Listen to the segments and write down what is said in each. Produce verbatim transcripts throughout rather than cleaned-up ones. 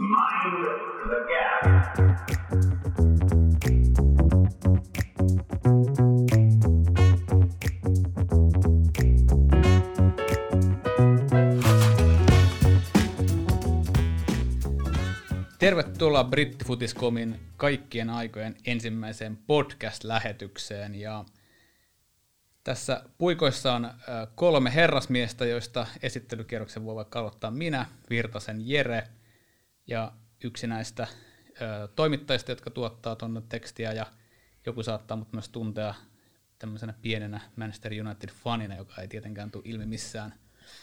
Mind the gap. Tervetuloa Brittifutis piste comin kaikkien aikojen ensimmäiseen podcast-lähetykseen. Ja tässä puikoissa on kolme herrasmiestä, joista esittelykierroksen voi vaikka aloittaa minä, Virtasen Jere, ja yksi näistä toimittajista, jotka tuottaa tuonne tekstiä, ja joku saattaa mut myös tuntea tämmöisenä pienenä Manchester United-fanina, joka ei tietenkään tule ilmi missään.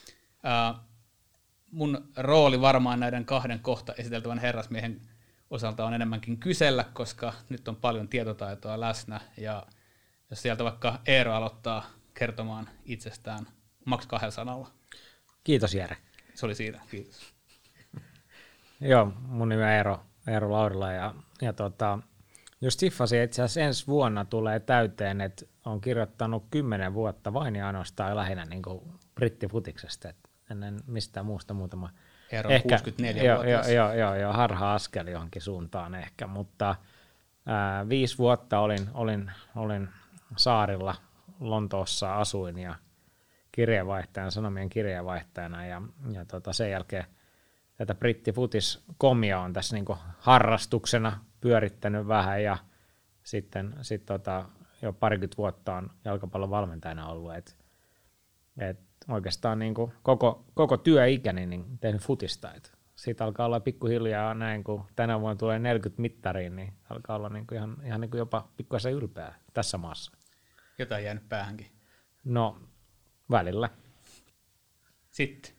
Mun rooli varmaan näiden kahden kohta esiteltävän herrasmiehen osalta on enemmänkin kysellä, koska nyt on paljon tietotaitoa läsnä, ja jos sieltä vaikka Eero aloittaa kertomaan itsestään maks kahdella sanalla. Kiitos Jere. Se oli siinä, kiitos. Joo, mun nimi on Eero, Eero Laurila, ja, ja tota, just Siffasin itse asiassa ensi vuonna tulee täyteen, että on kirjoittanut kymmenen vuotta vain ja ainoastaan lähinnä niin kuin brittifutiksesta, ennen mistään muusta muutama. Eero on kuusikymmentäneljä joo, vuotta. Joo, joo, joo, harha-askel johonkin suuntaan ehkä, mutta ää, viisi vuotta olin, olin, olin saarilla, Lontoossa asuin ja kirjeenvaihtajana, Sanomien kirjeenvaihtajana, ja, ja tota, sen jälkeen tätä Brittifutis piste comia on tässä niinku harrastuksena pyörittänyt vähän, ja sitten sit tota, jo parikymmentä vuotta on jalkapallon valmentajana ollut, et, et oikeastaan niinku koko, koko työikäni niin tehnyt futista. Et siitä alkaa olla pikkuhiljaa näin, kun tänä vuonna tulee neljäkymmentä mittariin, niin alkaa olla niinku ihan, ihan niinku jopa pikkuisen ylpeä tässä maassa. Jotain jäänyt päähänkin. No, välillä. Sitten.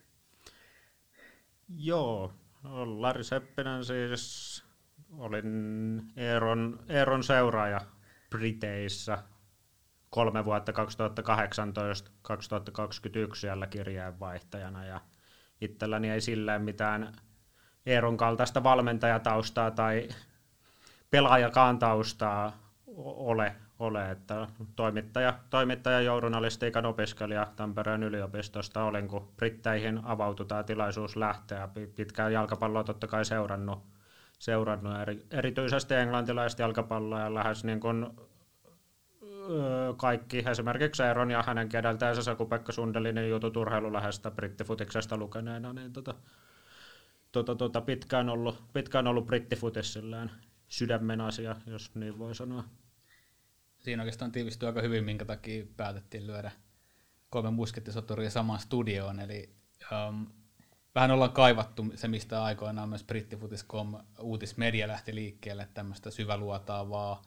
Joo, Lari Seppinen siis. Olin Eeron, Eeron seuraaja Briteissä kolme vuotta kaksituhattakahdeksantoista kaksituhattakaksikymmentäyksi siellä kirjeenvaihtajana, ja itselläni ei silleen mitään Eeron kaltaista valmentajataustaa tai pelaajakaan taustaa ole, ole että toimittaja, toimittaja journalistiikan opiskelija Tampereen yliopistosta olin, kun Britteihin avautui tämä tilaisuus lähteä. Pitkään jalkapalloa totta kai seurannut, seurannut eri, erityisesti englantilaista jalkapalloa, ja lähes niin kuin kaikki, esimerkiksi Eeron ja hänen edeltäjänsä Saku-Pekka Sundelinin jutut urheilulähestä brittifutiksesta lukeneena, niin tota, tota, tota, pitkään ollut, pitkään ollut brittifutis silleen sydämen asia, jos niin voi sanoa. Siinä oikeastaan tiivistyy aika hyvin, minkä takia päätettiin lyödä kolme muskettisoturia samaan studioon, eli um, vähän ollaan kaivattu se, mistä aikoinaan myös Brittifutis piste com uutismedia lähti liikkeelle, tämmöistä syväluotaavaa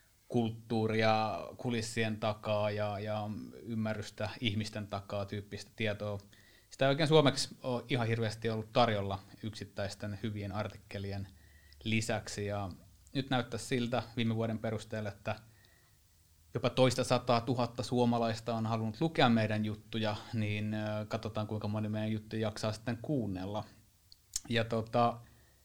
kulttuuria kulissien takaa ja, ja ymmärrystä ihmisten takaa tyyppistä tietoa. Sitä ei oikein suomeksi ole ihan hirveästi ollut tarjolla yksittäisten hyvien artikkelien lisäksi, ja nyt näyttää siltä viime vuoden perusteella, että jopa toista sataa tuhatta suomalaista on halunnut lukea meidän juttuja, niin katsotaan kuinka moni meidän juttuja jaksaa sitten kuunnella. Ja tota,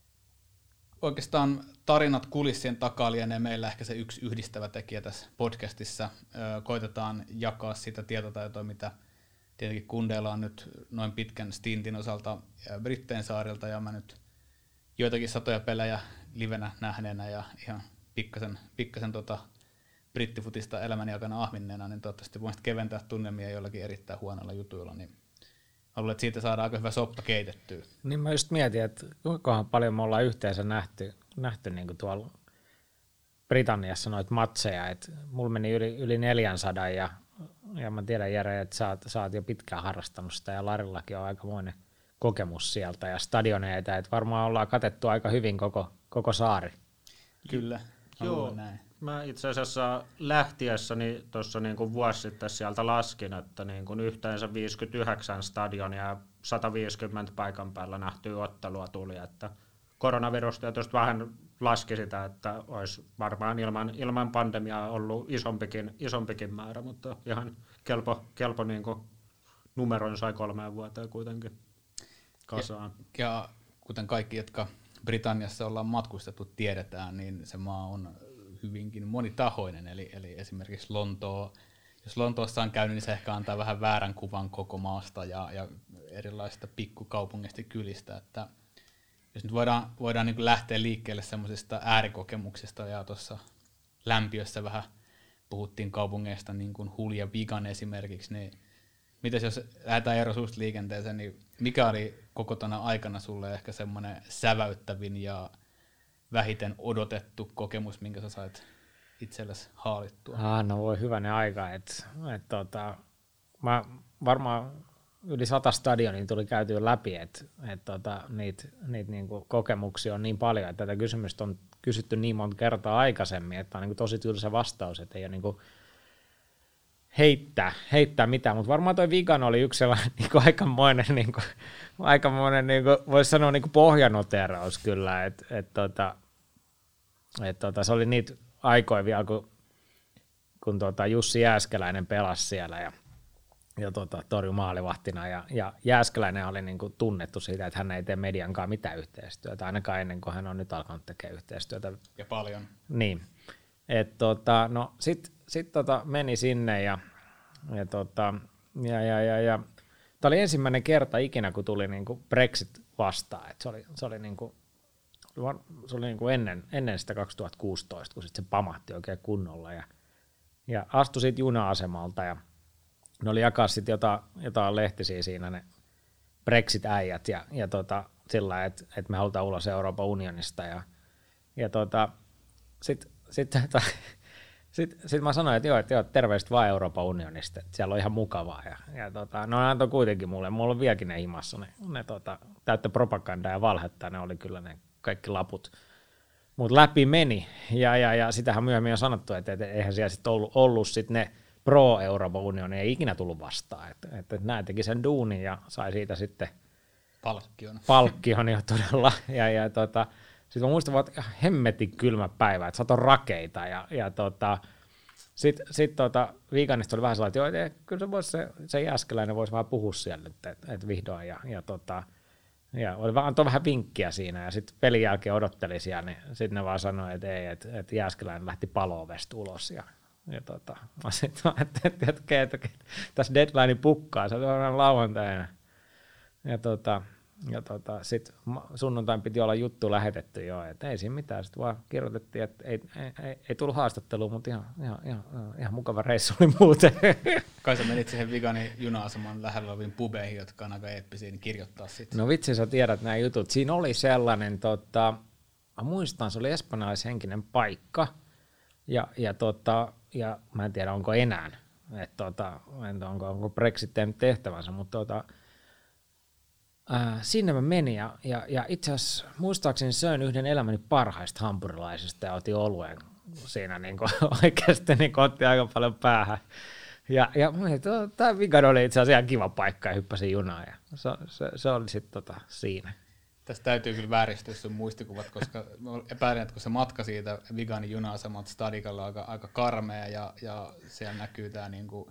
oikeastaan tarinat kulissien takaa lienee meillä ehkä se yksi yhdistävä tekijä tässä podcastissa. Koitetaan jakaa sitä tietotaitoa, mitä tietenkin kundeilla on nyt noin pitkän stintin osalta Brittein saarilta, ja mä nyt joitakin satoja pelejä livenä nähneenä ja ihan pikkasen, pikkasen tota brittifutista elämäni aikana ahminneena, niin toivottavasti voisit keventää tunnelmia jollakin erittäin huonoilla jutuilla, niin haluan, että siitä saadaan aika hyvä soppa keitettyä. Niin mä just mietin, että kuinka paljon me ollaan yhteensä nähty, nähty niin kuin tuolla Britanniassa noita matseja, että mulla meni yli, yli neljäsataa, ja, ja mä tiedän Jere, että sä oot, sä oot jo pitkään harrastanut sitä, ja Larillakin on aikamoinen kokemus sieltä ja stadioneita, että varmaan ollaan katettu aika hyvin koko, koko saari. Kyllä, joo, näin. Mä itse asiassa lähtiessäni tuossa niin kuin vuosi sitten sieltä laskin, että niin kuin yhteensä viisikymmentäyhdeksän stadionia ja sata viisikymmentä paikan päällä nähtyä ottelua tuli, että koronavirus tietysti vähän laski sitä, että olisi varmaan ilman, ilman pandemiaa ollut isompikin, isompikin määrä, mutta ihan kelpo, kelpo niin kuin numeron sai kolmeen vuoteen kuitenkin kasaan. Ja, ja kuten kaikki, jotka Britanniassa ollaan matkustettu, tiedetään, niin se maa on hyvinkin monitahoinen, eli, eli esimerkiksi Lontoo, jos Lontoossa on käynyt, niin se ehkä antaa vähän väärän kuvan koko maasta ja, ja erilaisista pikkukaupungeista kylistä, että jos nyt voidaan, voidaan niin kuin lähteä liikkeelle semmoisista äärikokemuksista, ja tuossa lämpiössä vähän puhuttiin kaupungeista, niin kuin Hull ja Wigan esimerkiksi, niin mitäs jos lähdetään Eero susta liikenteeseen, niin mikä oli koko tänä aikana sulle ehkä semmoinen säväyttävin ja vähiten odotettu kokemus, minkä sä sait itsellesi haalittua? Ah, no voi hyvänen aika, että et, tota, mä varmaan yli sata stadionia tuli käytyä läpi, että et, tota, niitä niit niinku kokemuksia on niin paljon, että tätä kysymystä on kysytty niin monta kertaa aikaisemmin, että on niinku tosi tylsä vastaus, että ei ole niinku heittää, heittää mitään, mutta varmaan toi Wigan oli yksi sellainen niinku aikamoinen, niinku, aikamoinen niinku, voisi sanoa niinku pohjanoteraus kyllä, että et, tota, et, tota, se oli niitä aikoja vielä, kun, kun tota Jussi Jääskeläinen pelasi siellä ja, ja tota, torjui maalivahtina, ja, ja Jääskeläinen oli niinku tunnettu siitä, että hän ei tee mediankaan mitään yhteistyötä, ainakaan ennen kuin hän on nyt alkanut tekemään yhteistyötä. Ja paljon. Niin, että tota, no sit, sit tota meni sinne ja, ja, tota, ja, ja, ja, ja tämä oli ensimmäinen kerta ikinä, kun tuli niinku Brexit vastaan, että se oli, se oli niinku se oli niin kuin ennen, ennen sitä kaksituhattakuusitoista, kun sit se pamahti oikein kunnolla, ja, ja astui siitä juna-asemalta, ja ne oli jakaa sitten jotain, jotain lehtisiä siinä, ne Brexit-äijät, ja, ja tota, sillä että et me halutaan ulos Euroopan unionista, ja, ja tota, sitten sit, tota, sit, sit mä sanoin, että joo, että joo, terveiset vaan Euroopan unionista, että siellä on ihan mukavaa, ja, ja tota, no antoi kuitenkin mulle, mulla on vieläkin ne himassa, ne, ne tota, täyttä propagandaa ja valhetta, ne oli kyllä ne kaikki laput, mutta läpi meni, ja, ja, ja sitähän myöhemmin on sanottu, että et, eihän siellä sitten ollut, ollut sit ne pro-Euroopan unioni, ei ikinä tullut vastaan, että et, et nämä teki sen duunin ja sai siitä sitten palkkion, palkkion jo todella, ja, ja tota, sitten mä muistan, että hemmetin kylmä päivä, että satoi rakeita, ja, ja tota, sitten sit, tota, Wiganista oli vähän sellainen, että joo, et, kyllä se, vois, se, se Jääskeläinen voisi vähän puhua siellä nyt, että et vihdoin, ja, ja tota, ja oli vaan, antoi vähän vinkkiä siinä, ja sitten pelin jälkeen odotteli siellä, niin sitten ne vaan sanoi, että ei, että, että Jääskeläinen lähti palo-ovesta ulos, ja, ja tota, mä sitten ajattelin, että, että, että, että tässä deadline pukkaa, se on lauantaina, ja tota, ja tota, sitten sunnuntain piti olla juttu lähetetty jo, että ei siinä mitään, sitten vaan kirjoitettiin, että ei, ei, ei, ei tullut haastattelua, mutta ihan, ihan, ihan, ihan mukava reissu oli muuten. Kai sä menit siihen Wiganin juna-aseman lähellä oleviin pubeihin, jotka on aika eeppisiä, niin kirjoittaa sitten. No vitsi, sä tiedät nämä jutut. Siinä oli sellainen, tota, mä muistan, se oli espanjalaishenkinen paikka, ja, ja, tota, ja mä en tiedä, onko enää, että tota, onko, onko Brexit tehnyt tehtävänsä, mutta tota, Äh, sinne mä menin, ja, ja, ja itse asiassa muistaakseni söin yhden elämäni parhaista hampurilaisista ja otin oluen siinä niin kuin, oikeasti niin otti aika paljon päähän. Ja, ja tämä Wigan oli itse asiassa ihan kiva paikka ja hyppäsin junaan, ja se, se, se oli sitten tota, siinä. Tästä täytyy kyllä vääristyä sun muistikuvat, koska epäilen, että kun se matka siitä Wiganin juna-asemalta Stadikalla on aika, aika karmea, ja, ja siellä näkyy tämä niinku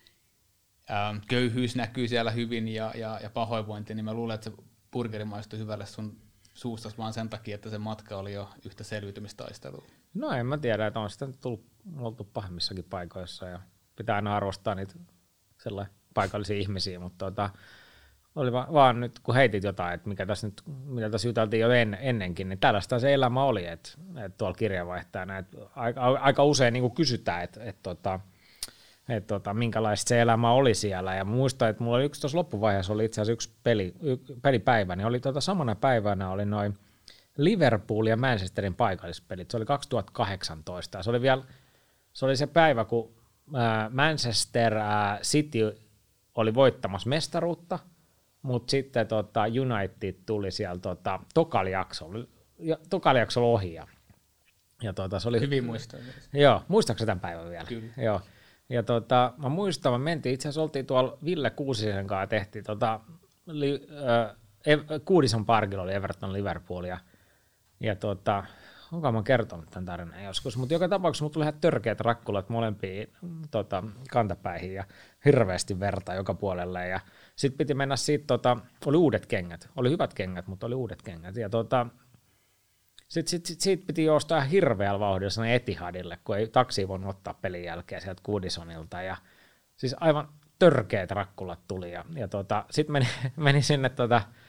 Ähm, köyhyys näkyy siellä hyvin, ja, ja, ja pahoinvointi, niin mä luulen, että se burgeri maistui hyvälle sun suustas vaan sen takia, että se matka oli jo yhtä selviytymistaistelua. No en mä tiedä, että on sitä tullut oltu pahemmissakin paikoissa, ja pitää aina arvostaa niitä sellaisia paikallisia ihmisiä, mutta tota, oli va- vaan nyt kun heitit jotain, että mikä tässä nyt, mitä tässä juteltiin jo en, ennenkin, niin tällaista se elämä oli, että, että tuolla kirjeenvaihtajana, että aika, aika usein niin kuin kysytään, että, että, että että tota, minkälaista se elämä oli siellä, ja muistan, että mulla oli yksi tuossa loppuvaiheessa, oli itse asiassa yksi peli, y, pelipäivä, niin oli tota, samana päivänä oli noin Liverpool ja Manchesterin paikallispelit, se oli kaksituhattakahdeksantoista, ja se oli vielä, se oli se päivä, kun ää, Manchester ää, City oli voittamassa mestaruutta, mutta sitten tota, United tuli siellä tota, tokalijaksolla, tokalijaksolla ohi, ja, ja tota, se oli hyvin muistaa. Joo, muistaakseni tämän päivän vielä? Kyllä. Joo. Ja tota, mä muistan, mä mentiin, itse asiassa oltiin tuolla Ville Kuusisen kanssa, tehtiin tota, li, äh, Kuudison parkilla oli Everton Liverpool, ja, ja tota, onko mä kertonut tämän tarinan joskus, mutta joka tapauksessa mut tuli ihan törkeät rakkulat molempiin tota, kantapäihin, ja hirveästi verta joka puolelle, ja sitten piti mennä siitä, tota, oli uudet kengät, oli hyvät kengät, mutta oli uudet kengät, ja tota, Sitten sit, sit, siitä piti juosta ihan hirveällä vauhdilla Etihadille, kun ei taksi voinut ottaa pelin jälkeen sieltä Goodisonilta. Ja siis aivan törkeät rakkulat tuli. Ja, ja tota, sitten meni, meni sinne tota,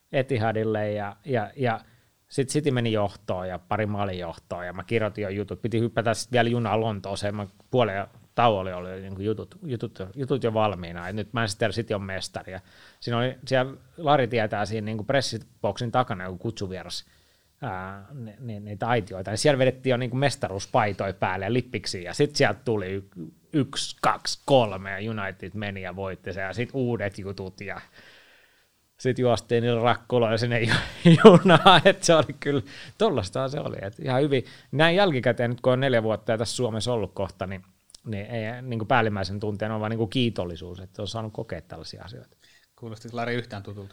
Etihadille ja, ja, ja sitten City meni johtoon ja pari maalin johtoon ja mä kirjoitin jo jutut. Piti hypätä sitten vielä junaan Lontooseen. Mä puolen tauolla oli niin jutut, jutut, jutut jo valmiina. Et nyt Manchester City on mestari. Ja siinä oli, siellä Lari tietää siinä niin pressiboksin takana joku kutsuvieras ää, ne, ne, niitä aitioita. Ja siellä vedettiin jo niin mestaruuspaitoja päälle ja lippiksi. Ja sitten sieltä tuli y, yksi, kaksi, kolme ja United meni ja voitti se. Ja sitten uudet jutut ja sitten juostiin niillä rakkuloilla sinne junaan, että se oli kyllä, tollastahan se oli, että ihan hyvin. Näin jälkikäteen, nyt kun on neljä vuotta ja tässä Suomessa ollut kohta, niin, niin, ei, niin kuin päällimmäisen tunteen on vaan niin kuin kiitollisuus, että on saanut kokea tällaisia asioita. Kuulostiko Lari yhtään tutulta?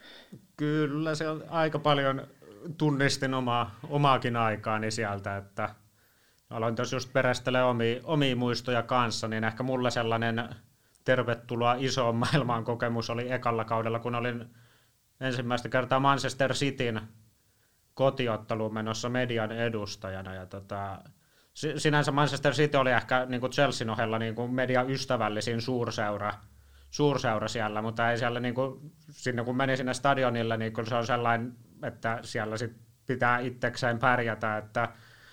Kyllä, se on aika paljon tunnistin omaa, omaakin aikaani sieltä, että aloin tuossa just perestele omia, omia muistoja kanssa, niin ehkä mulle sellainen tervetuloa isoon maailmaan kokemus oli ekalla kaudella, kun olin ensimmäistä kertaa Manchester Cityn kotiotteluun menossa median edustajana. Ja tota, sinänsä Manchester City oli ehkä niin kuin Chelsean ohella niin kuin median ystävällisin suurseura, suurseura siellä, mutta ei siellä, niin kuin, sinne kun meni sinne stadionille, niin kun se on sellainen, että siellä sit pitää itsekseen pärjätä, että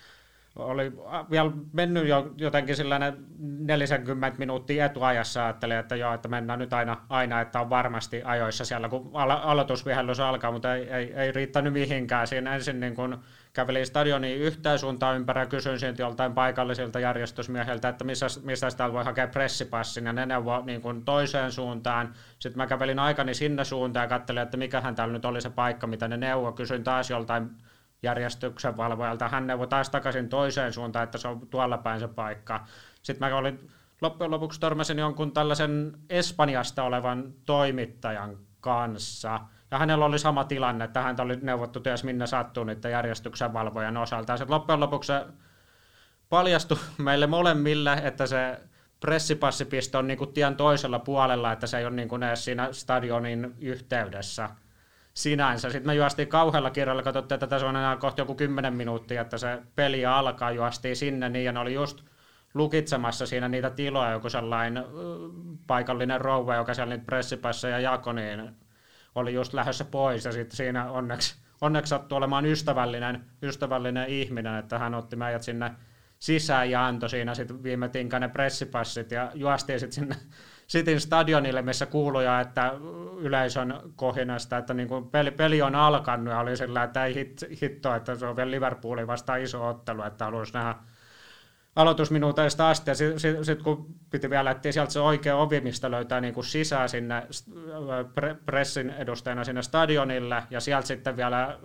oli vielä mennyt jo jotenkin sellainen neljäkymmentä minuuttia etuajassa, ajattelin, että joo, että mennään nyt aina, aina että on varmasti ajoissa siellä, kun alo- aloitusvihellys alkaa, mutta ei, ei, ei riittänyt mihinkään. Siinä ensin niin kun kävelin stadionin yhteen suuntaan ympäri ja kysyin siitä joltain paikallisilta järjestysmieheltä, että missä, missä täällä voi hakea pressipassin, ja ne neuvoi niin kun toiseen suuntaan. Sitten mä kävelin aikani sinne suuntaan ja katselin, että mikähän täällä nyt oli se paikka, mitä ne neuvoi. Kysyin taas joltain järjestyksen valvojalta. Hän neuvoi taas takaisin toiseen suuntaan, että se on tuolla päin se paikka. Sitten mä olin loppujen lopuksi törmäsin jonkun tällaisen Espanjasta olevan toimittajan kanssa. Ja hänellä oli sama tilanne, että häntä oli neuvottu ties minne sattuu niiden järjestyksen valvojan osalta. Ja sitten loppujen lopuksi se paljastui meille molemmille, että se pressipassipiste on niin kuin tien toisella puolella, että se ei ole niin kuin edes siinä stadionin yhteydessä sinänsä. Sitten me juostiin kauhealla kirjalla, katsottiin, että tässä on enää kohta joku kymmenen minuuttia, että se peli alkaa, juostiin sinne niin, ja ne oli just lukitsemassa siinä niitä tiloja, joku sellainen paikallinen rouva, joka siellä niitä pressipasseja jakoi, niin oli just lähdössä pois, ja sitten siinä onneksi, onneksi sattui olemaan ystävällinen, ystävällinen ihminen, että hän otti meidät sinne sisään ja antoi siinä sitten viime tinkaan ne pressipassit, ja juostiin sitten sinne Cityn stadionille, missä kuuluja, että yleisön kohinasta, että niin kuin peli, peli on alkanut, ja oli sillä, että ei hit, hitto, että se on vielä Liverpoolin vastaan iso ottelu, että haluaisi nähdä aloitusminuuteista asti, ja sitten sit, sit, kun piti vielä etsiä sieltä se oikea ovi, mistä löytää niin kuin sisään sinne pre, pressin edustajana sinne stadionille, ja sieltä sitten vielä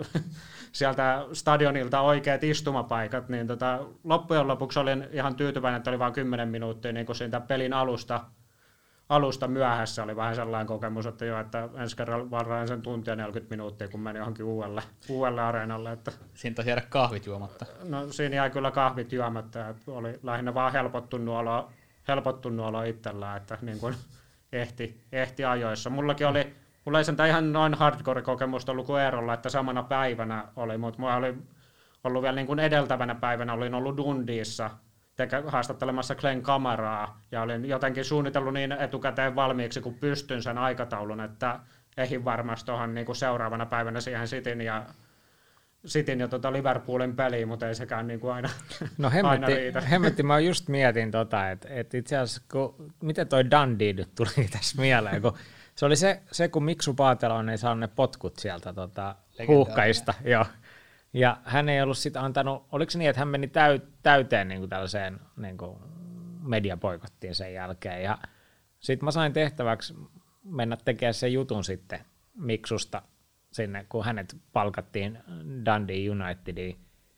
sieltä stadionilta oikeat istumapaikat, niin tota, loppujen lopuksi olin ihan tyytyväinen, että oli vain kymmenen minuuttia niin kuin siitä pelin alusta, alusta myöhässä. Oli vähän sellainen kokemus, että jo, että ensi kerralla varaan sen tuntia neljäkymmentä minuuttia, kun meni johonkin uudelle, uudelle areenalle. Että siinä taisi jäädä kahvit juomatta. No siinä jäi kyllä kahvit juomatta, että oli lähinnä vaan helpottunut olo, helpottunut olo itsellään, että niin kuin ehti, ehti ajoissa. Mullakin oli, mulla ei sentään ihan noin hardcore-kokemusta ollut kuin Eerolla, että samana päivänä oli, mutta mulla oli ollut vielä niin kuin edeltävänä päivänä, olin ollut Dundeessa tekä, haastattelemassa Glenn Kamaraa, ja olin jotenkin suunnitellut niin etukäteen valmiiksi, kun pystyn sen aikataulun, että ehdin varmasti tuohon niin kuin seuraavana päivänä siihen Cityn ja, Cityn ja tota Liverpoolin peliin, mutta ei sekään niin kuin aina, no aina riitä. Hemmetti, mä just mietin, tota, että et itse asiassa, kun, miten toi Dundee nyt tuli tässä mieleen, kun se oli se, se kun Miksu Paatelo ei saanut ne potkut sieltä tota, huuhkajista, joo. Ja hän ei ollut sitten antanut, oliko se niin, että hän meni täy, täyteen niin kuin tällaiseen niin kuin mediapoikottiin sen jälkeen. Ja sitten mä sain tehtäväksi mennä tekemään sen jutun sitten Miksusta sinne, kun hänet palkattiin Dundee Unitediin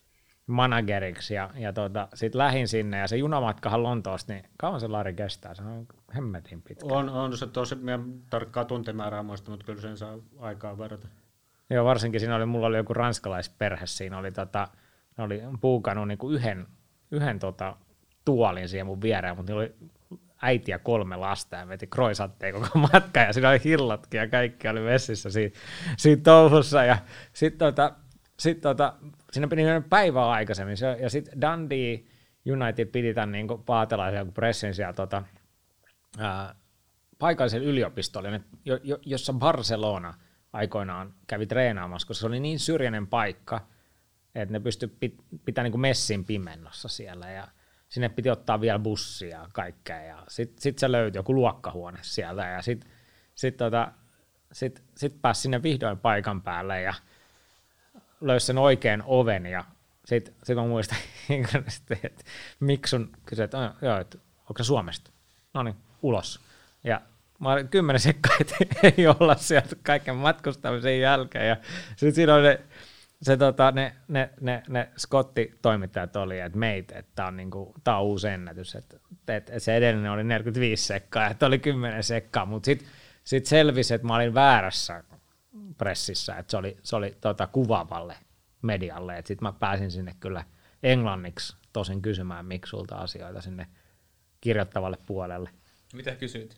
manageriksi. Ja, ja tota, sitten lähdin sinne, ja se junamatkahan Lontoosta, niin kauan se Lari kestää? Se on hemmetin pitkä. On, on se tosi, minä tarkkaa tuntimäärää muista, mutta kyllä sen saa aikaa verrata. Joo, varsinkin siinä oli, mulla oli joku ranskalaisperhe, siinä oli, tota, ne oli puukannut niinku yhden, yhden tota, tuolin siihen mun viereen, mutta niillä oli äiti ja kolme lasta ja veti kroisantteja koko matka, ja siinä oli hillatkin ja kaikki oli vessissä siinä, siinä touhussa, ja sitten tota, sit, tota, siinä piti mennä päivää aikaisemmin, ja sitten Dundee United piti tämän niinku paatelaisen pressin siellä tota, ää, paikallisella yliopistolla, jossa Barcelona aikoinaan kävi treenaamassa, koska se oli niin syrjäinen paikka, että ne pystyi pit- pitämään niin kuin messin pimennossa siellä ja sinne piti ottaa vielä bussia ja kaikkea ja sitten sit se löytyi joku luokkahuone sieltä ja sitten sit tota, sit, sit pääsi sinne vihdoin paikan päälle ja löysi sen oikean oven ja sitten sit mä muistan, että Miksun kysyi, että joo, et, onko se Suomesta? No niin, ulos. Ja mä olin kymmenen sekkaa, että ei olla sieltä kaiken matkustamisen jälkeen ja sitten siinä oli ne Se, tota, ne, ne, ne, ne Scotti-toimittajat oli, että meitä, että tämä on, niinku, tää on uusi ennätys, että, että se edellinen oli neljäkymmentäviisi sekkaa, että oli kymmenen sekkaa, mutta sitten sit selvisi, että mä olin väärässä pressissä, että se oli, se oli tota, kuvaavalle medialle, että sitten mä pääsin sinne kyllä englanniksi tosin kysymään Miksulta asioita sinne kirjoittavalle puolelle. Mitä kysyit?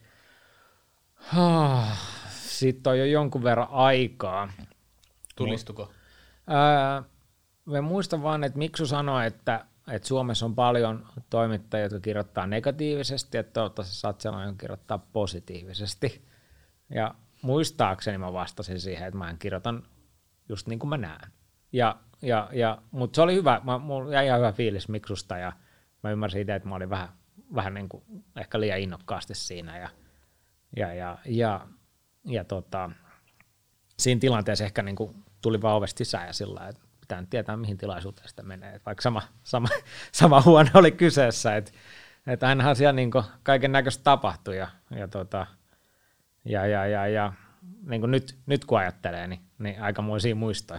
Sitten on jo jonkun verran aikaa. Tulistuko? Öö, mä muistan vaan, että Miksu sanoi, että, että Suomessa on paljon toimittajia, jotka kirjoittaa negatiivisesti, että toivottavasti saat sellainen kirjoittaa positiivisesti. Ja muistaakseni mä vastasin siihen, että mä kirjoitan just niin kuin mä näen. Ja, ja, ja, mutta se oli hyvä, mä, mulla jäi ihan hyvä fiilis Miksusta ja mä ymmärsin itse, että mä olin vähän, vähän niin kuin ehkä liian innokkaasti siinä. Ja, ja, ja, ja, ja tota, siinä tilanteessa ehkä niin kuin tuli vaan ovesta sisään ja sillä lailla, että pitää nyt tietää, mihin tilaisuuteen sitä menee. Et vaikka sama, sama, sama huone oli kyseessä, että et ainahan siellä niin kaiken näköistä tapahtui. Ja, ja, tota, ja, ja, ja, ja niin nyt, nyt kun ajattelee, niin, niin aikamoisia muistoja.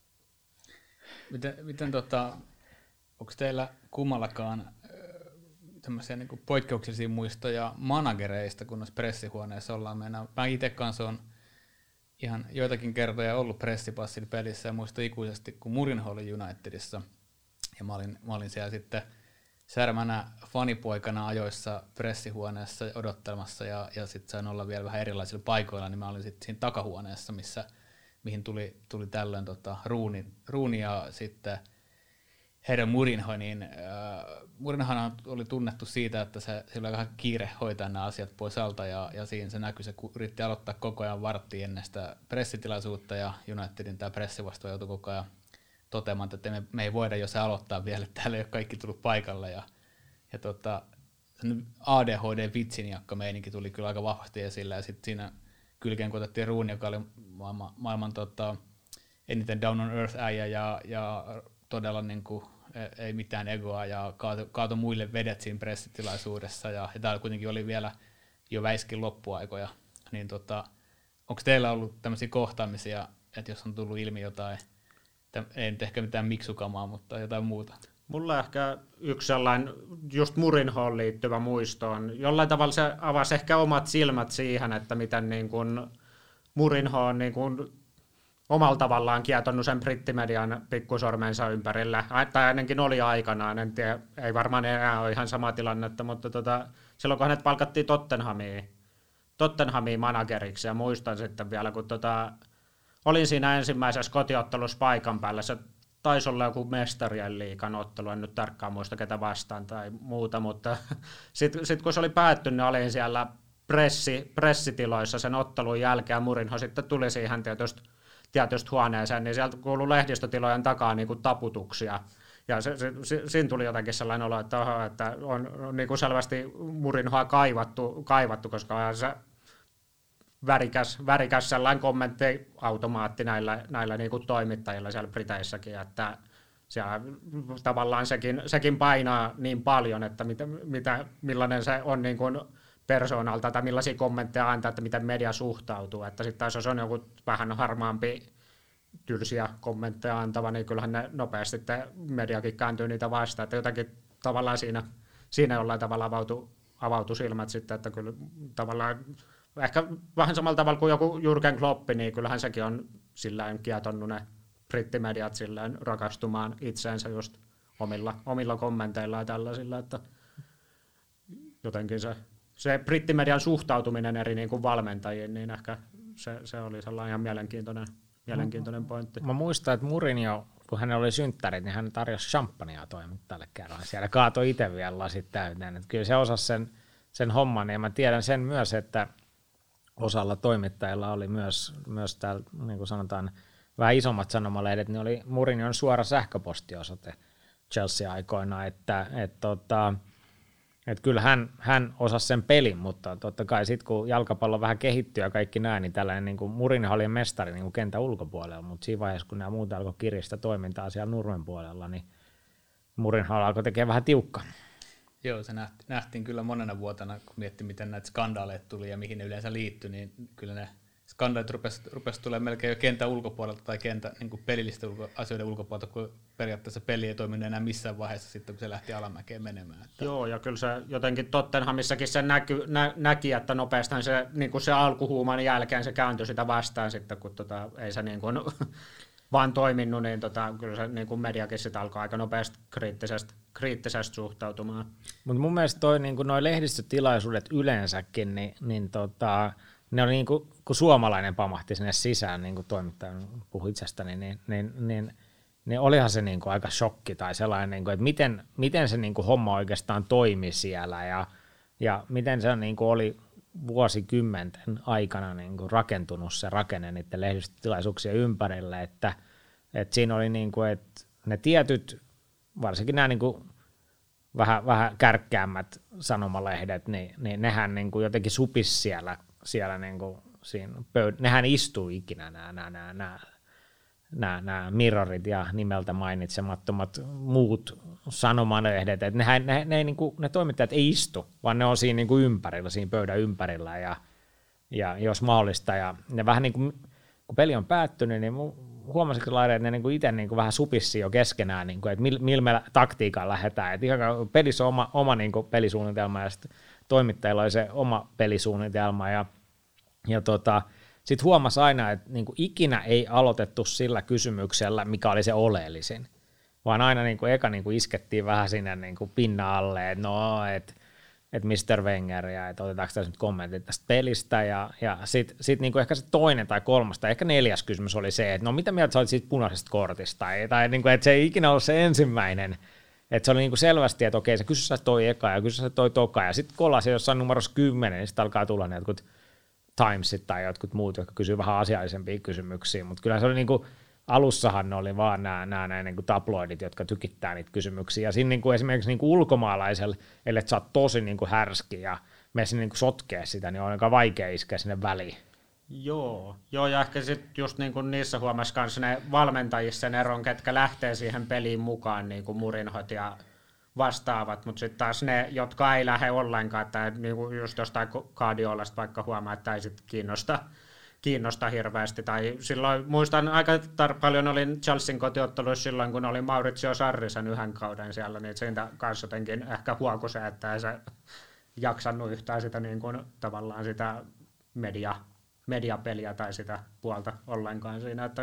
Miten, miten tota, onko teillä kummallakaan tämmöisiä niin kuin poikkeuksellisia muistoja managereista, kun noissa pressihuoneissa ollaan mennä? Mä itse kanssa on ihan joitakin kertoja ollut pressipassilla pelissä ja muistan ikuisesti, kun Mourinho oli Unitedissa ja mä olin, mä olin siellä sitten särmänä fanipoikana ajoissa pressihuoneessa odottelemassa ja, ja sitten sain olla vielä vähän erilaisilla paikoilla, niin mä olin sitten siinä takahuoneessa, missä, mihin tuli, tuli tällöin tota, ruuni, ruuni ja sitten herra Mourinho, niin äh, Mourinhohan oli tunnettu siitä, että se, sillä oli vähän kiire hoitaa nämä asiat pois alta, ja, ja siinä se näkyi, se yritti aloittaa koko ajan varttia ennen sitä pressitilaisuutta, ja Unitedin tämä pressivastuun joutui koko ajan toteamaan, että me, me ei voida, jos se aloittaa vielä, että täällä ei ole kaikki tullut paikalle, ja, ja tota, A D H D-vitsiniakka meininki tuli kyllä aika vahvasti esille, ja sitten siinä kylkeen kun otettiin Rooney, joka oli maailman, maailman tota, eniten down on earth äijä, ja, ja todella niin kuin, ei mitään egoa ja kaato, kaato muille vedet siinä pressitilaisuudessa ja, ja täällä kuitenkin oli vielä jo väiskin loppuaikoja, niin tota, onko teillä ollut tämmöisiä kohtaamisia, että jos on tullut ilmi jotain, ei nyt ehkä mitään miksukamaa, mutta jotain muuta? Mulla ehkä yksi sellainen just Mourinhoon liittyvä muisto on, jollain tavalla se avasi ehkä omat silmät siihen, että miten niin kuin Mourinho on niin kuin omalla tavallaan kietonnut sen brittimedian pikkusormensa ympärillä, tai ainakin oli aikanaan, en tiedä, ei varmaan enää ole ihan sama tilannetta, mutta tota, silloin kun hänet palkattiin Tottenhamiin, Tottenhamiin manageriksi, ja muistan sitten vielä, kun tota, olin siinä ensimmäisessä kotiottelussa paikan päällä, se taisi olla joku mestarien liigan ottelu, en nyt tarkkaan muista ketä vastaan tai muuta, mutta sitten sit kun se oli päättynyt, niin olin siellä pressi, pressitiloissa sen ottelun jälkeen, ja Mourinho sitten tuli siihen tietysti tietysti huoneeseen, niin sieltä kuului lehdistötilojen takaa niin kuin taputuksia. Ja se, se, se, siinä tuli jotenkin sellainen olo, että, oho, että on, on niin kuin selvästi Mourinhoa kaivattu, kaivattu, koska on se värikäs, värikäs sellainen kommenttiautomaatti näillä, näillä niin kuin toimittajilla siellä Briteissäkin, että siellä tavallaan sekin, sekin painaa niin paljon, että mitä, mitä, millainen se on niin kuin persoonalta tai millaisia kommentteja antaa, että miten media suhtautuu. Että sitten taas jos on joku vähän harmaampi tylsiä kommentteja antava, niin kyllähän ne nopeasti te mediakin kääntyy niitä vastaan. Että jotakin tavallaan siinä, siinä jollain tavalla avautui, avautui silmät sitten, että kyllä tavallaan ehkä vähän samalla tavalla kuin joku Jürgen Klopp, niin kyllähän sekin on silleen kietonnut ne brittimediat silleen rakastumaan itseensä just omilla, omilla kommenteilla ja tällaisilla, että jotenkin se Se brittimedian suhtautuminen eri niin kuin valmentajiin, niin ehkä se, se oli sellainen ihan mielenkiintoinen, mielenkiintoinen pointti. Mä muistan, että Mourinho, kun hänellä oli synttärit, niin hän tarjosi champagnea toimittajalle kerran. Siellä kaatoi itse vielä lasit täyteen. Että kyllä se osasi sen, sen homman, ja mä tiedän sen myös, että osalla toimittajilla oli myös, myös täällä, niin kuin sanotaan, vähän isommat sanomalehdet, niin oli Mourinhon suora sähköpostiosoite Chelsea-aikoina, että et, tota, et kyllä hän, hän osasi sen pelin, mutta totta kai sitten kun jalkapallo vähän kehittyy ja kaikki näin, niin tällainen niin kuin Mourinho oli mestari niin kuin kentän ulkopuolella, mutta siinä vaiheessa, kun nämä muut alkoi kiristää toimintaa siellä nurmen puolella, niin Mourinho alkoi tekemään vähän tiukkaa. Joo, se nähti, nähtiin kyllä monena vuotena, kun miettii, miten näitä skandaaleita tuli ja mihin ne yleensä liittyi, niin kyllä ne skandaalit rupesi, rupesi tulemaan melkein jo kentän ulkopuolelta tai kentän niin kuin pelillisten ulko, asioiden ulkopuolelta, kun periaatteessa peli ei toiminut enää missään vaiheessa sitten, kun se lähti alamäkeen menemään. Että... Joo, ja kyllä se jotenkin Tottenhamissakin se näky, nä, näki, että nopeastaan se, niin kuin se alkuhuuman jälkeen se kääntyi sitä vastaan sitten, kun tota, ei se niin kuin vaan toiminut, niin tota, kyllä se niin kuin mediakin sitä alkaa aika nopeasti kriittisesti, kriittisesti suhtautumaan. Mutta mun mielestä toi, niin nuo lehdistötilaisuudet yleensäkin, niin, niin tota, ne oli niin kuin, kun suomalainen pamahti sinne sisään, niin kuin toimittaja puhui itsestäni, niin, niin, niin, niin olihan se niin kuin aika shokki tai sellainen, niin kuin, että miten, miten se niin kuin homma oikeastaan toimi siellä ja, ja miten se niin kuin oli vuosikymmenten aikana niin kuin rakentunut se rakenne niiden lehdistötilaisuuksien ympärille, että, että siinä oli niin kuin, että ne tietyt, varsinkin nämä niin kuin vähän, vähän kärkkäämmät sanomalehdet, niin, niin nehän niin kuin jotenkin supis siellä, siellä niin kuin siinä pöyd- nehän istuu ikinä nämä, nämä, nämä, nämä, nämä, nämä mirrorit ja nimeltä mainitsemattomat muut sanomalehdet, että nehän, ne, ne, niin kuin, ne toimittajat ei istu, vaan ne on siinä niin kuin ympärillä, siinä pöydän ympärillä ja, ja jos mahdollista. Ja ne vähän niin kuin, kun peli on päättynyt, niin huomasitko Laire, että ne niin kuin itse niin kuin vähän supissi jo keskenään, niin kuin, että millä mil me taktiikalla lähdetään. Että ihan pelissä on oma, oma niin kuin pelisuunnitelma ja sitten toimittajilla oli se oma pelisuunnitelma ja, ja tota, sitten huomasi aina, että niin kuin ikinä ei aloitettu sillä kysymyksellä, mikä oli se oleellisin, vaan aina niin kuin eka niin kuin iskettiin vähän sinne niin kuin pinnan alle, että no, että et mister Wenger ja että otetaanko tässä nyt kommentit tästä pelistä ja, ja sitten sit niin kuin ehkä se toinen tai kolmas tai ehkä neljäs kysymys oli se, että no mitä mieltä sä olit siitä punaisesta kortista tai, tai niin kuin, että se ei ikinä ollut se ensimmäinen, että se oli niin kuin selvästi, että okei, se kysy sä toi eka ja kysy sä toi toka ja sitten kolasi jossain numerossa kymmenen, niin sitten alkaa tulla ne jotkut Timesit tai jotkut muut, jotka kysyy vähän asiallisempia kysymyksiä, mutta kyllä se oli niin kuin, alussahan ne oli vaan nämä, nämä, nämä niin kuin tabloidit, jotka tykittää niitä kysymyksiä, ja siinä niin kuin esimerkiksi niin kuin ulkomaalaisella, ellei sä oot tosi niin kuin härski ja mene sinne niin kuin sotkea sitä, niin on aika vaikea iskeä sinne väliin. Joo, joo ja ehkä sitten just niin kuin niissä huomasi kanssa ne valmentajissa sen eron, ketkä lähtee siihen peliin mukaan, niin kuin Mourinhot ja vastaavat, mutta sitten taas ne, jotka ei lähde ollenkaan, että niin kuin just jostain Guardiolasta vaikka huomaa, että ei sitten kiinnosta, kiinnosta hirveästi. Tai silloin muistan aika tar- paljon olin Chelsean kotiotteluissa silloin, kun oli Maurizio Sarri sen yhden kauden siellä, niin siitä kanssa jotenkin ehkä huokui se, että ei se jaksanut yhtään sitä niin kuin, tavallaan sitä media, mediapeliä tai sitä puolta ollenkaan siinä, että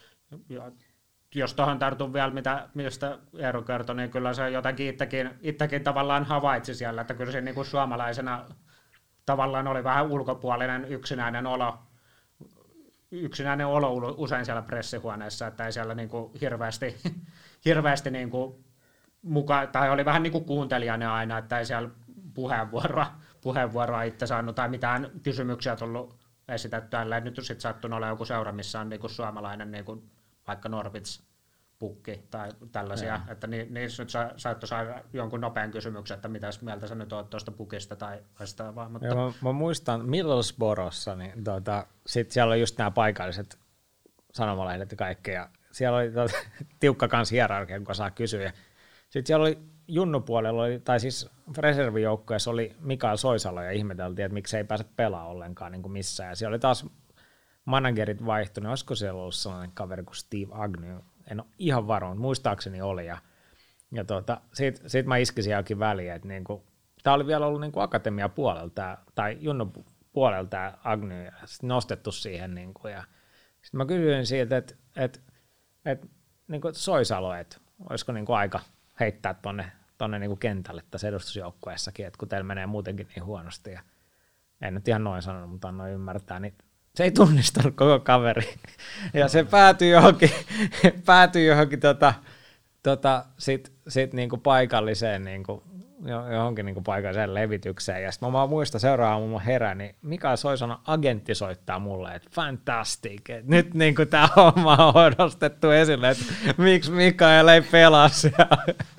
jos tuohon tartun vielä, mitä, mistä Eero kertoi, niin kyllä se jotenkin itsekin, itsekin tavallaan havaitsi siellä, että kyllä se niin kuin suomalaisena tavallaan oli vähän ulkopuolinen yksinäinen olo, yksinäinen olo usein siellä pressihuoneessa, että ei siellä niin kuin hirveästi, hirveästi niin kuin muka, tai oli vähän niin kuin kuuntelijana aina, että ei siellä puheenvuoroa, puheenvuoroa itse saanut tai mitään kysymyksiä tullut esitettyä, ellei nyt sitten sattunut olla joku seura, missä on niin kuin suomalainen niin kuin vaikka Norwich pukki tai tällaisia, ja. Että ni, niissä nyt sa, saattoi saada jonkun nopean kysymyksen, että mitä mieltä sä nyt oot tuosta pukista tai vastaavaa. Mutta... Joo, mä, mä muistan Middlesbroughssa, niin tuota, sit siellä oli just nämä paikalliset sanomalehdet ja kaikki, ja siellä oli tuota, tiukka kans hierarkia, kun saa kysyä. Sitten siellä oli junnupuolella, oli, tai siis reservijoukkueessa oli Mikael Soisalo, ja ihmeteltiin, että miksi ei pääse pelaamaan ollenkaan niin kuin missään. Ja siellä oli taas managerit vaihtunut, olisiko siellä ollut sellainen kaveri kuin Steve Agnew, en ole ihan varma, mutta muistaakseni oli, ja, ja tuota, siitä, siitä mä iskisin johonkin väliin, että niinku, tämä oli vielä ollut niinku akatemia puolelta, tai junnu puolelta tämä Agnew, ja sitten nostettu siihen, niinku, ja sitten mä kysyin siitä, että et, et, niinku Soisalo, että olisiko niinku aika heittää tuonne tonne niinku kentälle tässä edustusjoukkueessakin, että kun teillä menee muutenkin niin huonosti, ja en nyt ihan noin sanonut, mutta annoin ymmärtää, niin se ei tunnistanut koko kaveri. Ja se päätyi johonkin, päätyi johonkin tota, tota, sit, sit niinku paikalliseen niinku johonkin niin paikalliseen levitykseen, ja sitten mä vaan muistan seuraavaan mun herään, niin Mikael Soisanon agentti soittaa mulle, että fantastic, että nyt niin tämä homma on nostettu esille, että miksi Mikael ei pelaa siellä.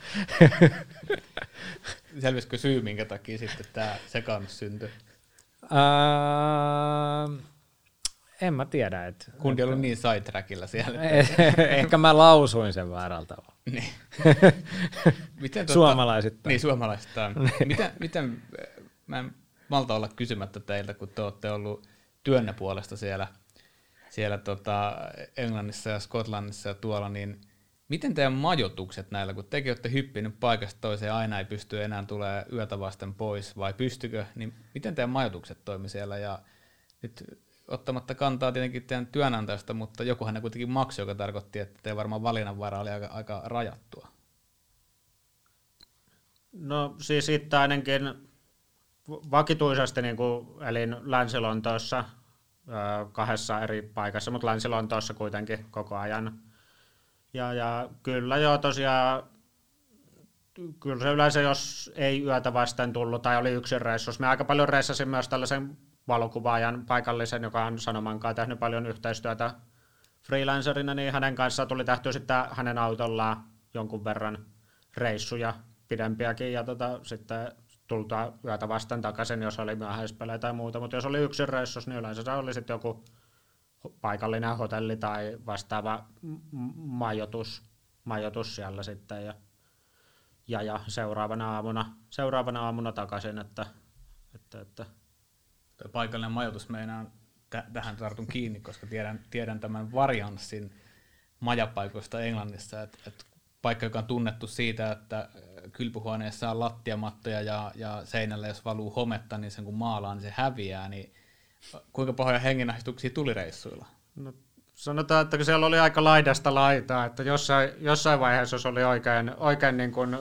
Selvisikö syy, minkä takia sitten tämä sekaannus syntyi? Uh, en mä tiedä. Et, Kundi on ollut niin sidetrackilla siellä. Ehkä mä lausuin sen väärällä tavalla. Niin. Miten, suomalaisittain. Niin, suomalaisittain. miten, miten, mä en malta olla kysymättä teiltä, kun te olette ollut työnne puolesta siellä, siellä tota Englannissa ja Skotlannissa ja tuolla, niin miten teidän majoitukset näillä, kun tekin olette hyppinyt paikasta toiseen, aina ei pysty enää tulee yötä vasten pois, vai pystykö, niin miten teidän majoitukset toimi siellä, ja nyt ottamatta kantaa tietenkin teidän työnantajasta, mutta jokuhan ne kuitenkin maksoi, joka tarkoitti, että teidän varmaan valinnanvara oli aika, aika rajattua. No siis itse ainakin vakituisesti niin kuin elin Länsi-Lontoossa kahdessa eri paikassa, mutta Länsi-Lontoossa kuitenkin koko ajan. Ja, ja kyllä joo tosiaan, kyllä se yleensä jos ei yötä vasten tullut tai oli yksin reissussa. Me aika paljon reissasin myös tällaisen valokuvaajan paikallisen, joka on Sanomankaan tehnyt paljon yhteistyötä freelancerina, niin hänen kanssaan tuli tehtyä sitten hänen autollaan jonkun verran reissuja pidempiäkin ja tota, sitten tultaan yötä vasten takaisin, jos oli myöhäispelejä tai muuta, mutta jos oli yksin reissussa, niin yleensä se oli sitten joku paikallinen hotelli tai vastaava majoitus, majoitus siellä sitten ja, ja, ja seuraavana, aamuna, seuraavana aamuna takaisin. Että, että, että. Tuo paikallinen majoitus meinaan, t- tähän tartun kiinni, koska tiedän, tiedän tämän varianssin majapaikoista Englannissa, että, että paikka, joka on tunnettu siitä, että kylpyhuoneessa on lattiamattoja ja, ja seinällä jos valuu hometta, niin sen kun maalaa, niin se häviää, niin kuinka pahoja hengenahdistuksia tuli reissuilla? No, sanotaan, että siellä oli aika laidasta laitaa, että jossain, jossain vaiheessa, jos oli oikein, oikein niin kuin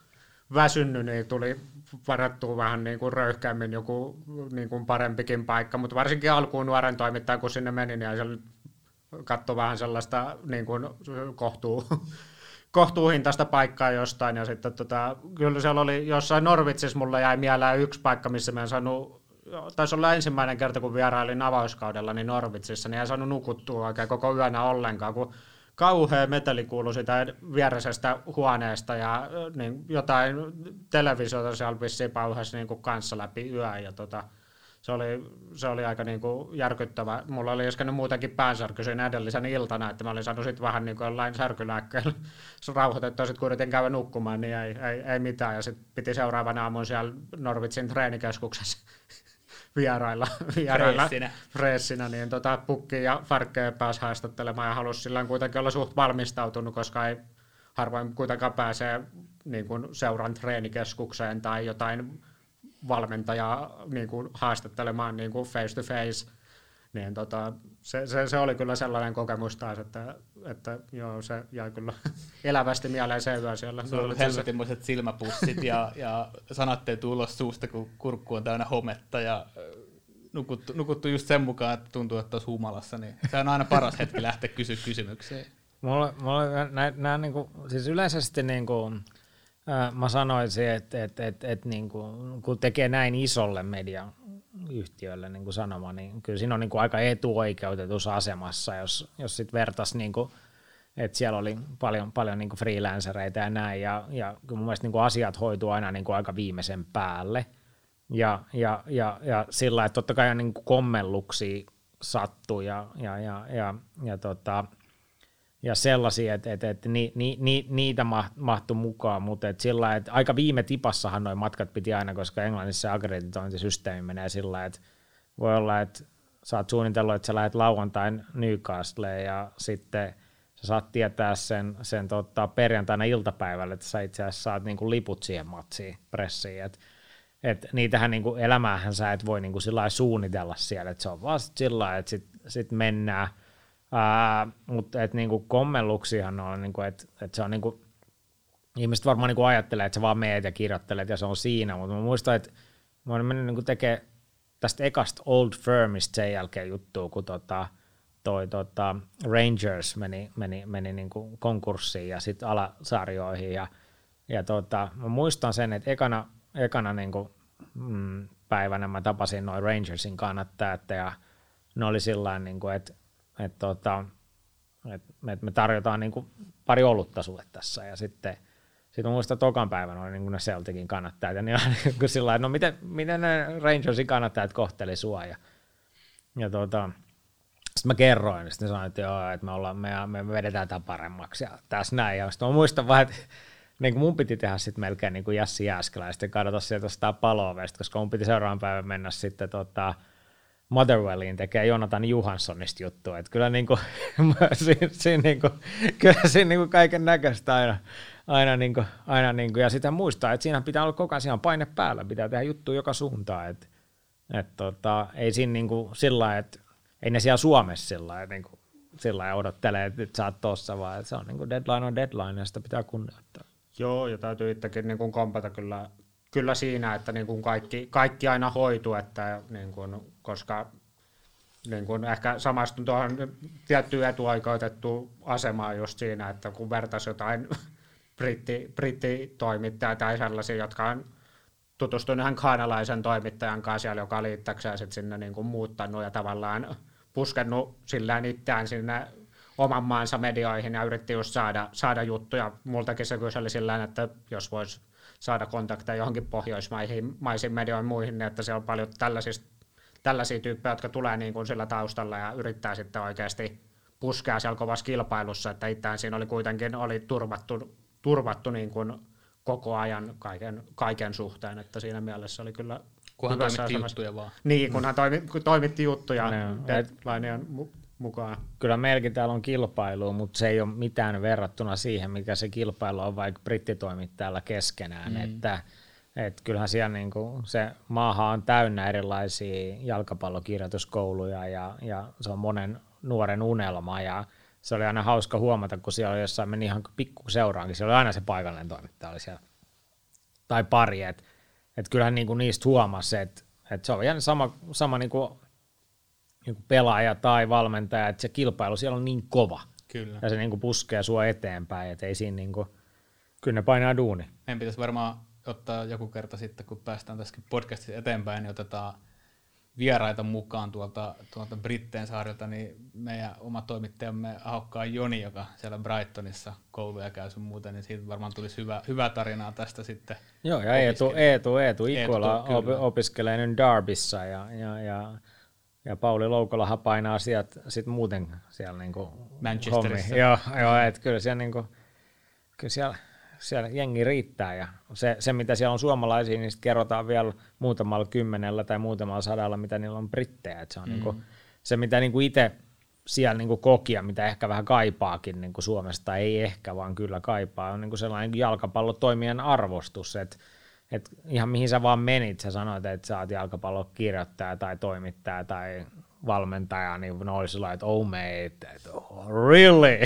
väsynyt, niin tuli varattua vähän niin kuin röyhkeämmin joku niin kuin parempikin paikka, mutta varsinkin alkuun nuoren toimittaja, kun sinne meni, niin siellä katsoi vähän sellaista niin kuin kohtuu, kohtuuhintaista paikkaa jostain, ja sitten tota, kyllä siellä oli jossain Norvitsissa, mulla jäi mieleen yksi paikka, missä mä en saanut, taisi olla ensimmäinen kerta, kun vierailin avauskaudella niin Norvitsissa, niin en saanut nukuttua oikein koko yönä ollenkaan, kun kauhea meteli kuului sitä viereisestä huoneesta, ja niin jotain televisiota siellä vissiin pauhasi niin kuin kanssa läpi yön, ja tota, se oli, se oli aika niin kuin järkyttävä. Mulla oli iskenyt muutenkin päänsärky siinä edellisen iltana, että mä olin saanut sitten vähän niin kuin jollain särkylääkkeellä rauhoitettua, sitten kun yritin käydä nukkumaan, niin ei, ei, ei mitään. Ja sitten piti seuraavana aamun siellä Norwitsin treenikeskuksessa vierailla, vierailla freessinä. freessinä, niin tota, pukki ja farkkeja pääsi haastattelemaan ja halusi sillä kuitenkin olla suht valmistautunut, koska ei harvoin kuitenkaan pääsee niin kuin seuran treenikeskukseen tai jotain valmentajaa niin kuin haastattelemaan niin kuin face to face, niin tota, se, se, se, oli kyllä sellainen kokemus taas, että, että joo, se jäi kyllä elävästi mieleen se yö siellä. Se on helvetinmoiset silmäpussit ja, ja sanat ei ulos suusta, kun kurkku on täynnä hometta ja nukuttu, nukuttu just sen mukaan, että tuntuu, että olisi humalassa, niin se on aina paras hetki lähteä kysyä kysymykseen. Mulla, mulla nää, nää niinku, siis yleisesti niinku, mä sanoisin, että et, et, et, niinku, kun tekee näin isolle mediayhtiölle niin kuin sanoma, niin kyllä siinä on niin kuin aika etuoikeutetussa asemassa, jos, jos sitten vertaisi, niin kuin, että siellä oli paljon, paljon niin kuin freelancereita ja näin, ja, ja kyllä mun mielestä niin kuin asiat hoituu aina niin kuin aika viimeisen päälle, ja, ja, ja, ja sillä, että totta kai niin kuin kommelluksia sattuu, ja, ja, ja, ja, ja tota, ja sellaisia, että, että, että ni, ni, ni, niitä mahtui mukaan, mutta että sillä, että aika viime tipassahan nuo matkat piti aina, koska Englannissa akkreditointisysteemi menee sillä, että voi olla, että sä oot suunnitellut, että sä lähdet lauantain Newcastleen ja sitten sä saat tietää sen, sen tota, perjantaina iltapäivällä, että sä itse asiassa saat niinku liput siihen matsiin, pressiin, että et niitähän niinku elämäähän sä et voi niinku sillä suunnitella siellä, että se on vaan sillä, että sit, sit mennään. Uh, mutta niinku kommelluksihan on, niinku, että et se on niinku, ihmiset varmaan niinku ajattelee, että sä vaan meet ja kirjoittelet ja se on siinä, mutta mä muistan, että mä olen mennyt niinku tekemään tästä ekasta Old Firmista sen jälkeen juttua, kun tota, toi tota Rangers meni, meni, meni niinku konkurssiin ja sitten alasarjoihin ja, ja tota, mä muistan sen, että ekana ekana niin kuin, mm, päivänä mä tapasin noin Rangersin kannattajat ja ne oli sillain, niin kuin, että, että, tota, että me tarjotaan niin kuin pari olutta sulle tässä ja sitten sitten muistan, että tokan päivänä oli niin ne Celticin kannattajat ja niin niin sillä no miten, miten ne Rangersin kannattajat kohteli sua ja, ja tota, sitten mä kerroin, ja sitten sanoin, että joo, että me, ollaan, me, me vedetään tämän paremmaksi ja tässä näin. Ja sitten mä muistan vaan, että niin kuin mun piti tehdä sitten melkein niin kuin Jassi Jääskelä ja sitten katsota sieltä sitä paloovesta, koska mun piti seuraavan päivän mennä sitten tota Motherwelliin tekee Jonathan Johanssonista juttua. Että kyllä, niin kuin, siinä, siinä, niin kuin, kyllä siinä niin kuin kaiken näköistä aina. aina, niin kuin, aina niin kuin, ja sitä muistaa, että siinä pitää olla koko ajan paine päällä, pitää tehdä juttuja joka suuntaan. Että, että, tota, ei siinä niin kuin, sillä lailla, että ei ne siellä Suomessa sillä lailla, niin kuin, sillä lailla odottele, että nyt sä oot tossa, vaan että se on niin kuin deadline on deadline ja sitä pitää kunnioittaa. Joo, ja täytyy itsekin niin kuin kompata kyllä, kyllä siinä, että niin kuin kaikki, kaikki aina hoituu, että niin kuin, koska niin kuin ehkä samastun tuohon tiettyyn etuoikeutettuun asemaan just siinä, että kun vertaisi jotain britti, brittitoimittajia tai sellaisia, jotka on tutustunut ihan kanalaisen toimittajan kanssa, joka oli itsekseen sit sinne niin kuin muuttanut ja tavallaan puskennut sillään itseään sinne oman maansa medioihin ja yritti just saada, saada juttuja. Multakin se kyseli sillään, että jos voisi saada kontakteja johonkin pohjoismaisiin maisiin medioihin muihin, niin että siellä on paljon tällaisia tyyppejä, jotka tulee niin kuin sillä taustalla ja yrittää sitten oikeasti puskea siellä kovassa kilpailussa, että itseään siinä oli kuitenkin oli turvattu, turvattu niin kuin koko ajan kaiken, kaiken suhteen, että siinä mielessä oli kyllä kunhan toimitti asemassa. Juttuja vaan. Niin, kunhan toimi, kun toimitti juttuja no, deadlineen mukaan. Kyllä meilläkin täällä on kilpailua, mutta se ei ole mitään verrattuna siihen, mikä se kilpailu on vaikka brittitoimittajalla keskenään, mm. että et kyllähän siellä niinku, se maahan on täynnä erilaisia jalkapallokirjoituskouluja ja, ja se on monen nuoren unelma ja se oli aina hauska huomata, kun siellä oli jossain meni ihan pikku seuraankin, siellä oli aina se paikallinen toimittaja oli siellä tai pari, että et kyllähän niinku niistä huomasi, että et se on ihan sama, sama niinku, niinku pelaaja tai valmentaja, että se kilpailu siellä on niin kova kyllä. Ja se niinku puskee sua eteenpäin, että ei siinä niinku, kyllä ne painaa duuni. Meidän pitäisi varmaan ottaa joku kerta sitten, kun päästään tässäkin podcastissa eteenpäin, niin otetaan vieraita mukaan tuolta, tuolta Britteen saarilta, niin meidän oma toimittajamme Ahokkaan Joni, joka siellä Brightonissa kouluja käy sun muuten, niin siitä varmaan tulisi hyvä, hyvä tarinaa tästä sitten. Joo, ja Eetu, Eetu, Eetu Ikola op, opiskelee nyt Derbyssä, ja, ja, ja, ja Pauli Loukolahan painaa sieltä sit muuten siellä niinku Manchesterissa. Joo, joo että kyllä siellä, niinku, kyllä siellä siellä jengi riittää ja se, se mitä siellä on suomalaisia, niin kerrotaan vielä muutamalla kymmenellä tai muutamalla sadalla, mitä niillä on brittejä. Et se on mm. niinku, se, mitä niinku itse siellä niinku koki ja mitä ehkä vähän kaipaakin niinku Suomesta, ei ehkä vaan kyllä kaipaa, on niinku sellainen jalkapallotoimijan arvostus, että et ihan mihin sä vaan menit, sä sanoit, että sä oot jalkapallokirjoittaja tai toimittaja tai valmentaja, niin ne oli sellainen, että oh mate, että oh, really?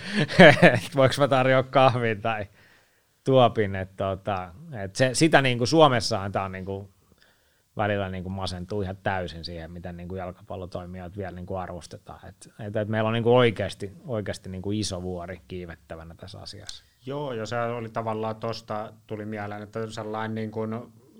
Voinko mä tarjoa kahvin tai tuopin, että tota, et se, sitä niin kuin Suomessahan tämä on niin kuin välillä niin kuin masentuu ihan täysin siihen, miten niin kuin jalkapallotoimijat vielä niin kuin arvostetaan. Et, et, et meillä on niin kuin oikeasti, oikeasti niin kuin iso vuori kiivettävänä tässä asiassa. Joo, ja se oli tavallaan tuosta tuli mieleen, että sellainen niin kuin,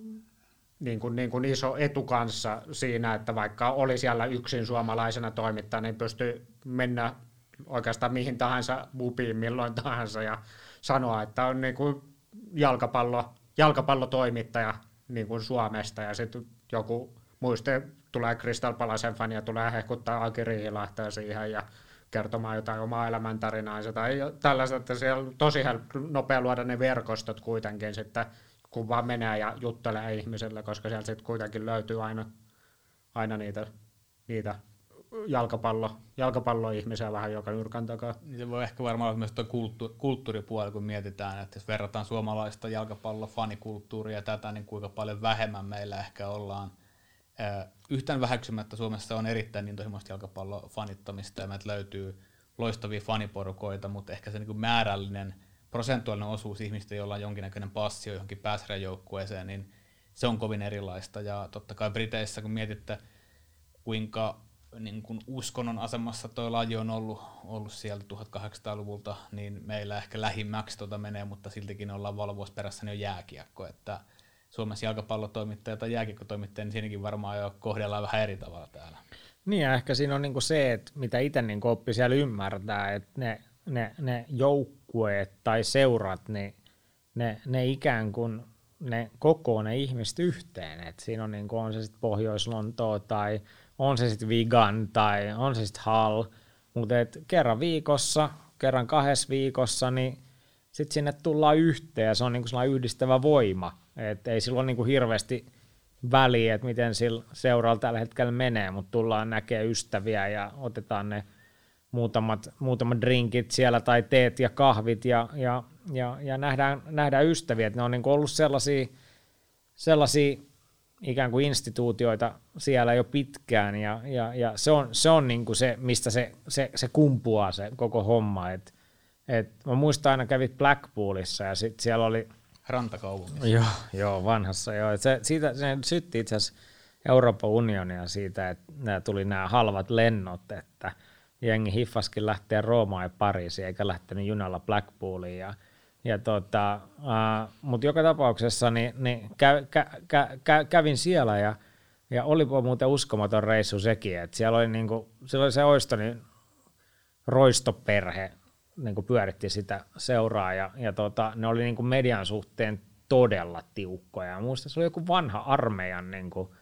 niin kuin, niin kuin iso etu kanssa siinä, että vaikka oli siellä yksin suomalaisena toimittajana, niin pystyi mennä oikeastaan mihin tahansa bubiin milloin tahansa ja sanoa, että on niin kuin jalkapallo, jalkapallotoimittaja niin kuin Suomesta ja sitten joku muiste tulee Crystal Palacen fani ja tulee hehkuttaa Aki Riihilahtea siihen ja kertomaan jotain omaa elämäntarinaansa tai tällaista, että siellä on tosi nopea luoda ne verkostot kuitenkin sitten, kun vaan menee ja juttelee ihmiselle, koska sieltä sitten kuitenkin löytyy aina, aina niitä, niitä jalkapallo, jalkapalloihmisiä vähän joka nurkan takaa. Se voi ehkä varmaan olla myös tuo kulttu- kulttuuripuoli, kun mietitään, että jos verrataan suomalaista jalkapallofanikulttuuria ja tätä, niin kuinka paljon vähemmän meillä ehkä ollaan. Yhtään väheksymättä Suomessa on erittäin intohimoista jalkapallofanittamista ja meiltä löytyy loistavia faniporukoita, mutta ehkä se niin kuin määrällinen prosentuaalinen osuus ihmistä, jolla on jonkinnäköinen passio johonkin pääsarjajoukkueeseen, niin se on kovin erilaista. Ja totta kai Briteissä, kun mietitte, kuinka niin kun uskonnon asemassa tuo laji on ollut, ollut sieltä tuhatkahdeksansataaluvulta, niin meillä ehkä lähimmäksi tuota menee, mutta siltikin ollaan valovuosperässä niin on jääkiekko. Että, Suomessa jalkapallotoimittaja tai jääkiekkotoimittaja, niin siinäkin varmaan jo kohdellaan vähän eri tavalla täällä. Niin ja ehkä siinä on niinku se, että mitä itse niinku oppi siellä ymmärtää, että ne, ne, ne joukkueet tai seurat, niin ne, ne ikään kuin ne kokoo ne ihmiset yhteen. Et siinä on, niinku, on se sitten Pohjois-Lontoo tai on se sitten Wigan tai on se sitten Hull, mutta kerran viikossa, kerran kahdessa viikossa, niin sitten sinne tullaan yhteen ja se on niinku sellainen yhdistävä voima. Et ei silloin niinku hirveästi väliä, että miten sillä seuralla tällä hetkellä menee, mutta tullaan näkemään ystäviä ja otetaan ne muutamat, muutamat drinkit siellä tai teet ja kahvit ja, ja, ja, ja nähdään, nähdään ystäviä. Et ne on niinku ollut sellaisia, sellaisia ikään kuin instituutioita siellä jo pitkään ja, ja, ja se on, se, on niinku se, mistä se, se, se kumpuaa se koko homma. Et, et mä muistan aina kävit Blackpoolissa ja sit siellä oli Rantakaupungissa. Joo, joo, vanhassa. Joo. Se, siitä, se sytti itse asiassa Euroopan unionia siitä, että nämä tuli nämä halvat lennot, että jengi hiffaskin lähteä Roomaan ja Pariisiin, eikä lähtenyt junalla Blackpooliin. Ja, ja tota, äh, mutta joka tapauksessa niin, niin kä, kä, kä, kä, kävin siellä ja, ja olipa muuten uskomaton reissu sekin, että siellä oli, niinku, siellä oli se Oystonin roistoperhe, niin kuin pyöritti sitä seuraa ja, ja tota, ne oli niin kuin median suhteen todella tiukkoja. Muista se oli joku vanha armeijan, niin kuin,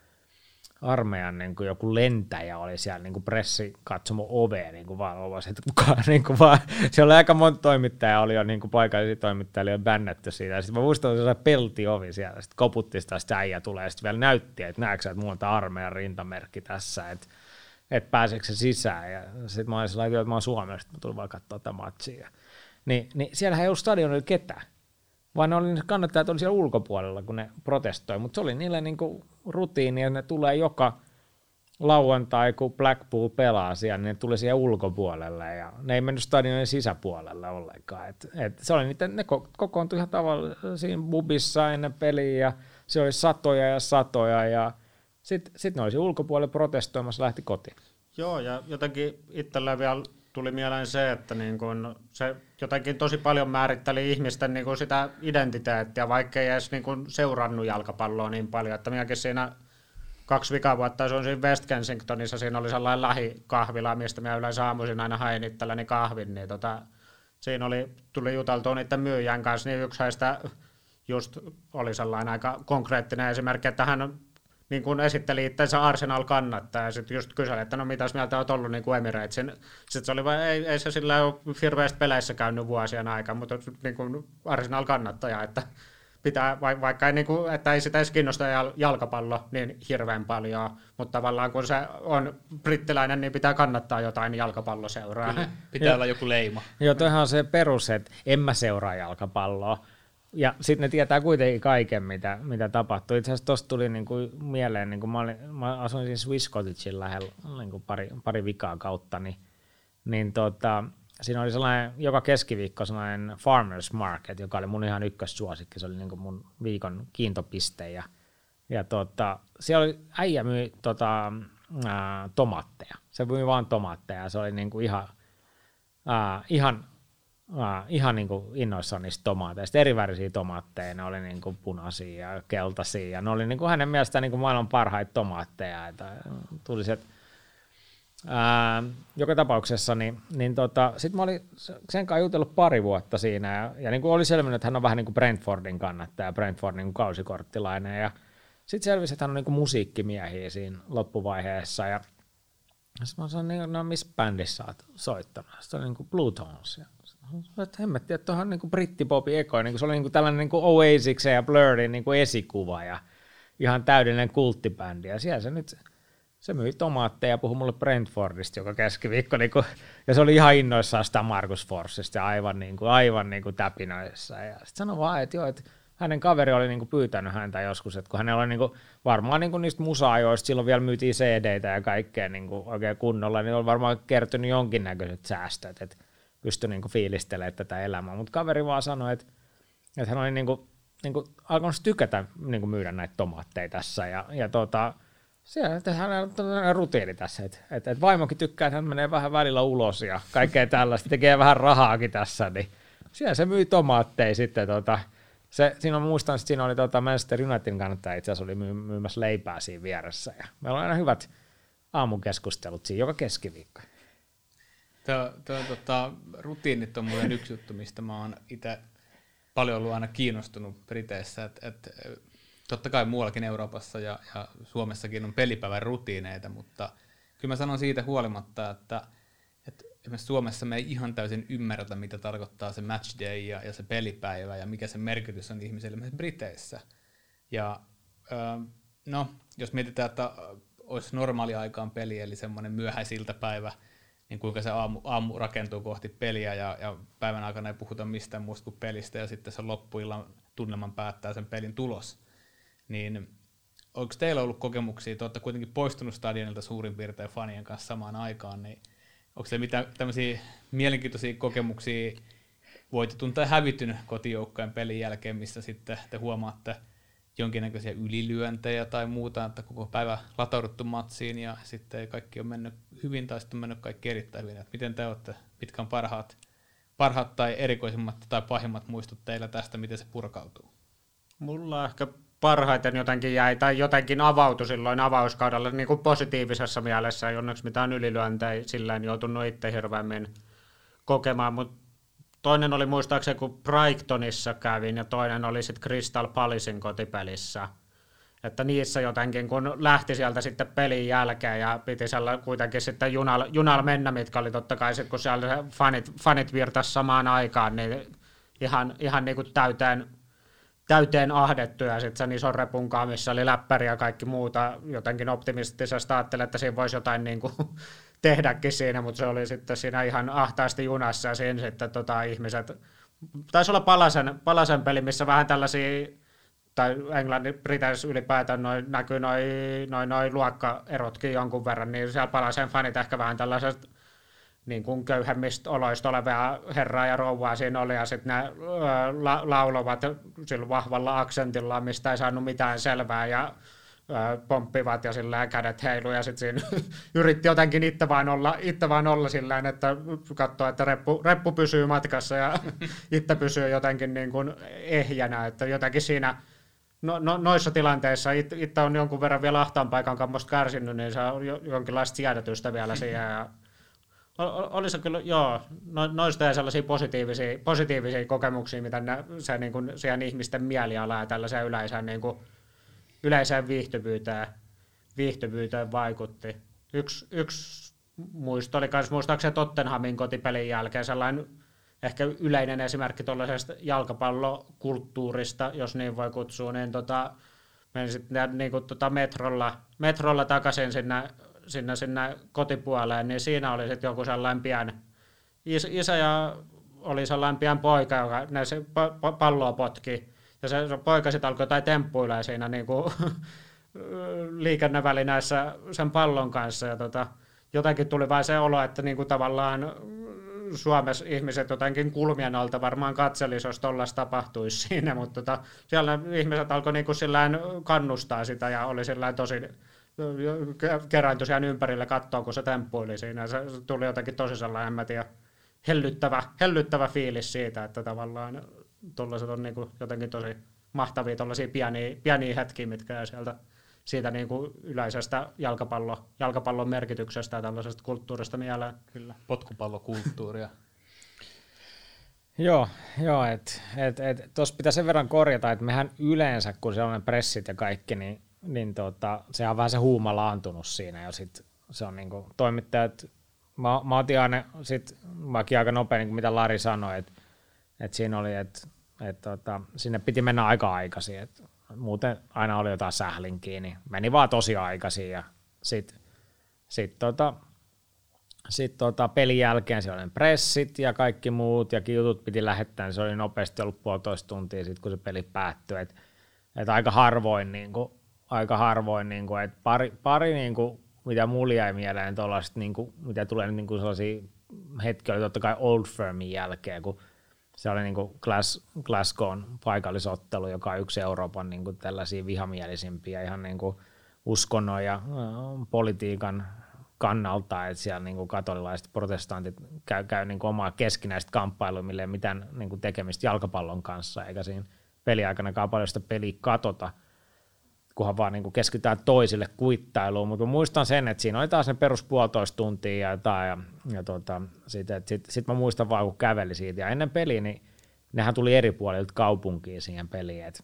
armeijan niin kuin joku lentäjä oli siellä niin kuin pressikatsomo oveen, niin kuin vaan ovasi, että kukaan, niin kuin vaan, siellä oli aika monta toimittajaa, oli jo niin kuin paikallisia toimittajia, oli jo bännätty siitä. Ja sitten mä muistan, että se oli peltiovi siellä, sitten koputti sitä, sitten äijä tulee, ja sitten vielä näytti, että näetkö sä, että mulla on tämä armeijan rintamerkki tässä, että että pääseekö se sisään, ja sitten mä olin sellainen, että mä oon Suomesta, mä tulin vaan katsoa tätä matchia. Ni, niin siellähän ei ollut stadionilla ketään, vaan ne oli ne kannattajat oli siellä ulkopuolella, kun ne protestoi, mutta se oli niille niinku rutiini, ja ne tulee joka lauantai, kun Blackpool pelaa siellä, niin ne tuli siihen ulkopuolelle, ja ne ei mennyt stadionin sisäpuolelle ollenkaan. Et, et se oli niitä, ne kokoontui ihan tavalla siinä bubissa ennen peliä, ja se oli satoja ja satoja, ja sitten sit ne olisi ulkopuolelle protestoimassa, lähti kotiin. Joo, ja jotenkin itselleen vielä tuli mieleen se, että niin kun se jotenkin tosi paljon määritteli ihmisten niin kun sitä identiteettiä, vaikka ei edes niin kun seurannut jalkapalloa niin paljon. Että minäkin siinä kaksi vikaa vuotta, se on siinä West Kensingtonissa, siinä oli sellainen lähikahvila, mistä minä yleensä aamuisin aina hain itselleni kahvin, niin tota, siinä oli, tuli juteltua niiden myyjän kanssa, niin yksi heistä just oli sellainen aika konkreettinen esimerkki, että hän niin kuin esitteli itsensä Arsenal-kannattaja ja sitten just kyseli, että no mitäs mieltä olet ollut niin kuin Emiratesen. Sitten se oli vaan, ei, ei se sillä ole hirveästi peleissä käynyt vuosien aikaa, mutta niin kuin Arsenal-kannattaja, että pitää, vaikka ei, niin kuin, että ei sitä edes kiinnosta jalkapallo niin hirveän paljon, mutta tavallaan kun se on brittiläinen, niin pitää kannattaa jotain jalkapalloseuraa. Kyllä, pitää olla joku leima. Joo, toihan on se perus, että en mä seuraa jalkapalloa. Ja sitten ne tietää kuitenkin kaiken, mitä, mitä tapahtuu. Itse asiassa tuosta tuli niinku mieleen, niinku mä, olin, mä asuin siinä Swiss Cottagein lähellä niinku pari, pari vikaa kautta, niin, niin tota, siinä oli sellainen joka keskiviikko sellainen farmers market, joka oli mun ihan ykkössuosikki. Se oli niinku mun viikon kiintopiste. Ja, ja tota, siellä oli, äijä myi tota, ää, tomaatteja. Se myi vaan tomaatteja. Se oli niinku ihan, ää, ihan Ah, ihan niin kuin innoissaan niistä tomaateista, eri värisiä tomaatteja, ne oli niin kuin punaisia ja keltaisia, ja ne oli niin kuin hänen mielestään niin kuin maailman parhaita tomaatteja, että tuli se, ää, joka tapauksessa, niin, niin tota, sitten mä olin sen kanssa jutellut pari vuotta siinä, ja, ja niin kuin oli selvinnyt, että hän on vähän niin kuin Brentfordin kannattaja, Brentfordin niin kuin kausikorttilainen, ja sitten selvisi, että hän on niin kuin musiikkimiehiä siinä loppuvaiheessa, ja sitten mä sanoin, no missä bändissä olet soittanut? Sitten oli niin kuin Blue Tones, ja että hemmetti, että tuohon niin brittipopin eko, niin se oli niin tällainen niin Oasiksen ja Blurdin niin esikuva ja ihan täydellinen kulttibändi. Ja siellä se nyt, se myi tomaatteja ja puhui mulle Brentfordista joka keskiviikko. Niin kuin, ja se oli ihan innoissaan sitä Marcus Forssista ja aivan, niin kuin, aivan niin kuin täpinöissä. Ja sitten sanoi vaan, että joo, että hänen kaveri oli niin kuin pyytänyt häntä joskus, että kun hänellä oli niin kuin, varmaan niin kuin niistä musa-ajoista, silloin vielä myytiin C D:tä ja kaikkea niin kuin oikein kunnolla, niin oli varmaan kertynyt jonkinnäköiset säästöt, että pystyi niinku fiilistelemään tätä elämää, mutta kaveri vaan sanoi, että, että hän oli niinku, niinku alkanut tykätä niinku myydä näitä tomaatteja tässä, ja, ja tota, siellä hänellä on rutiini tässä, että, että, että vaimokin tykkää, että hän menee vähän välillä ulos ja kaikkea tällaista, tekee vähän rahaakin tässä, niin siellä se myi tomaatteja sitten tota, se, siinä on, muistan, että siinä oli tota Manchester Unitedin kannattaja itse asiassa oli myy, myymässä leipää siinä vieressä. Ja meillä on aina hyvät aamukeskustelut siinä joka keskiviikko. Tuo, tuo, tota, rutiinit on muuten yksi juttu, mistä mä oon itse paljon ollut aina kiinnostunut Briteissä. Et, et, totta kai muuallakin Euroopassa ja, ja Suomessakin on pelipäivän rutiineita, mutta kyllä mä sanon siitä huolimatta, että, että esimerkiksi Suomessa me ei ihan täysin ymmärretä, mitä tarkoittaa se match day ja, ja se pelipäivä ja mikä se merkitys on ihmisille myös Briteissä. Ja no, jos mietitään, että olisi normaali aikaan peli, eli semmoinen myöhäisiltapäivä, niin kuinka se aamu, aamu rakentuu kohti peliä ja, ja päivän aikana ei puhuta mistään muusta kuin pelistä ja sitten se loppuillan tunnelman päättää sen pelin tulos. Niin onko teillä ollut kokemuksia, te olette kuitenkin poistunut stadionilta suurin piirtein fanien kanssa samaan aikaan, niin onko teillä mitään tämmöisiä mielenkiintoisia kokemuksia, voitte tuntea hävityn kotijoukkojen pelin jälkeen, missä sitten te huomaatte jonkinnäköisiä ylilyöntejä tai muuta, että koko päivä latauduttu matsiin ja sitten kaikki on mennyt hyvin tai sitten on mennyt kaikki erittäin hyvin. Että miten te olette, mitkä on parhaat, parhaat tai erikoisimmat tai pahimmat muistut teillä tästä, miten se purkautuu? Mulla ehkä parhaiten jotenkin jäi, tai jotenkin avautui silloin avauskaudella niin kuin positiivisessa mielessä, ei onneksi mitään ylilyöntejä sillä en joutunut itse hirveämmin kokemaan, mutta toinen oli muistaakseni, kun Brightonissa kävin, ja toinen oli sitten Crystal Palacein kotipelissä. Että niissä jotenkin, kun lähti sieltä sitten pelin jälkeen, ja piti siellä kuitenkin sitten junalla, junalla mennä, mitkä oli totta kai sitten, kun siellä fanit, fanit virtasi samaan aikaan, niin ihan, ihan niin kuin täyteen, täyteen ahdettu, ja sitten sen ison repunkaan, missä oli läppäri ja kaikki muuta, jotenkin optimistisesti ajattelin, että siinä voisi jotain niin kuin tehdäkin siinä, mutta se oli sitten siinä ihan ahtaasti junassa, ja siinä sitten tota, ihmiset, taisi olla Palasen, Palasen peli, missä vähän tällaisia, tai Englannin, Briteissä ylipäätään noi, näkyy noin noi, noi luokkaerotkin jonkun verran, niin siellä Palasen fanit ehkä vähän tällaiset niin kuin köyhemmistä oloista olevia herraa ja rouvaa siinä oli, ja sitten ne la, laulovat sillä vahvalla aksentilla, mistä ei saanut mitään selvää, ja pomppivat ja sillä kädet heilu, ja sitten siinä yritti jotenkin itse vaan olla, itse vaan olla sillä että katsoo, että reppu, reppu pysyy matkassa ja itse pysyy jotenkin niin kuin ehjänä, että jotenkin siinä no, no, noissa tilanteissa it, itse on jonkun verran vielä ahtaan paikan kammosta kärsinyt, niin se on jo, jonkinlaista siedätystä vielä siihen, ja oli se kyllä, joo, no, noista ja sellaisia positiivisia, positiivisia kokemuksia, mitä ne, se niin kuin siihen ihmisten mielialaa ja tällaiseen yleiseen niin kuin yleiseen viihtyvyyteen, viihtyvyyteen vaikutti. Yksi, yksi muisto oli myös muistaakseni Tottenhamin kotipelin jälkeen sellainen ehkä yleinen esimerkki tuollaisesta jalkapallokulttuurista, jos niin voi kutsua, niin tota, menin sitten niin kuin tota metrolla, metrolla takaisin sinne, sinne, sinne kotipuoleen, niin siinä oli sitten joku sellainen pian is, isä ja oli sellainen pian poika, joka ne se palloa potki. Ja se, se poika sitten alkoi jotain temppuilemaan siinä niin kuin liikennevälineissä sen pallon kanssa. Ja tota, jotenkin tuli vain se olo, että niin kuin tavallaan Suomessa ihmiset jotenkin kulmien alta varmaan katselisi, jos tollaista tapahtuisi siinä. Mutta tota, siellä ihmiset alkoi niin kuin sillään kannustaa sitä ja oli sillään tosi kerääntyi siihen ympärille katsoa, kun se temppuili siinä. Se tuli jotenkin tosi sellainen, en mä tiedä, hellyttävä, hellyttävä fiilis siitä, että tavallaan tuollaiset on niinku jotenkin tosi mahtavia tuollaisia pieniä, pieniä hetkiä, mitkä jää sieltä siitä niinku yleisestä jalkapallo, jalkapallon merkityksestä ja tällaisesta kulttuurista mieleen. Kyllä, potkupallokulttuuria. Joo, joo että et, et, tuossa pitää sen verran korjata, että mehän yleensä, kun se on ne pressit ja kaikki, niin, niin tota, se on vähän se huuma laantunut siinä ja sit se on niinku toimittajat, mä, mä otin aina sit, mäkin aika nopea, niin kuin mitä Lari sanoi, että et siinä oli, että et, tota, sinne piti mennä aika aikaisin, että muuten aina oli jotain sählinkiä, niin meni vaan tosi aikaisin ja sitten sit, tota, sit, tota, pelin jälkeen siellä oli pressit ja kaikki muut ja jutut piti lähettää, niin se oli nopeasti ollut puolitoista tuntia sitten, kun se peli päättyi, että et aika harvoin, niin kuin, aika harvoin niin kuin, että pari, pari niin kuin, mitä mulla jäi mieleen tuollaiset, niin kuin, mitä tulee niin kuin sellaisia hetkiä, oli totta kai Old Firmin jälkeen, kun se oli niin kuin Glasgown paikallisottelu, joka on yksi Euroopan niin kuin tällaisia vihamielisimpiä ihan niin kuin uskonnon ja äh, politiikan kannalta, että siellä niin kuin katolilaiset protestantit käy, käy niin kuin omaa keskinäistä kamppailua, millä ei mitään niin kuin tekemistä jalkapallon kanssa, eikä siinä peliaikana paljon sitä peliä katota, kunhan vaan niin kuin keskitytään toisille kuittailuun, mutta muistan sen, että siinä oli taas ne perus puolitoista tuntia ja jotain, ja, ja tota, sitten sit, sit mä muistan vaan, kun käveli siitä, ja ennen peliä, niin nehän tuli eri puolilta kaupunkiin siihen peliin, että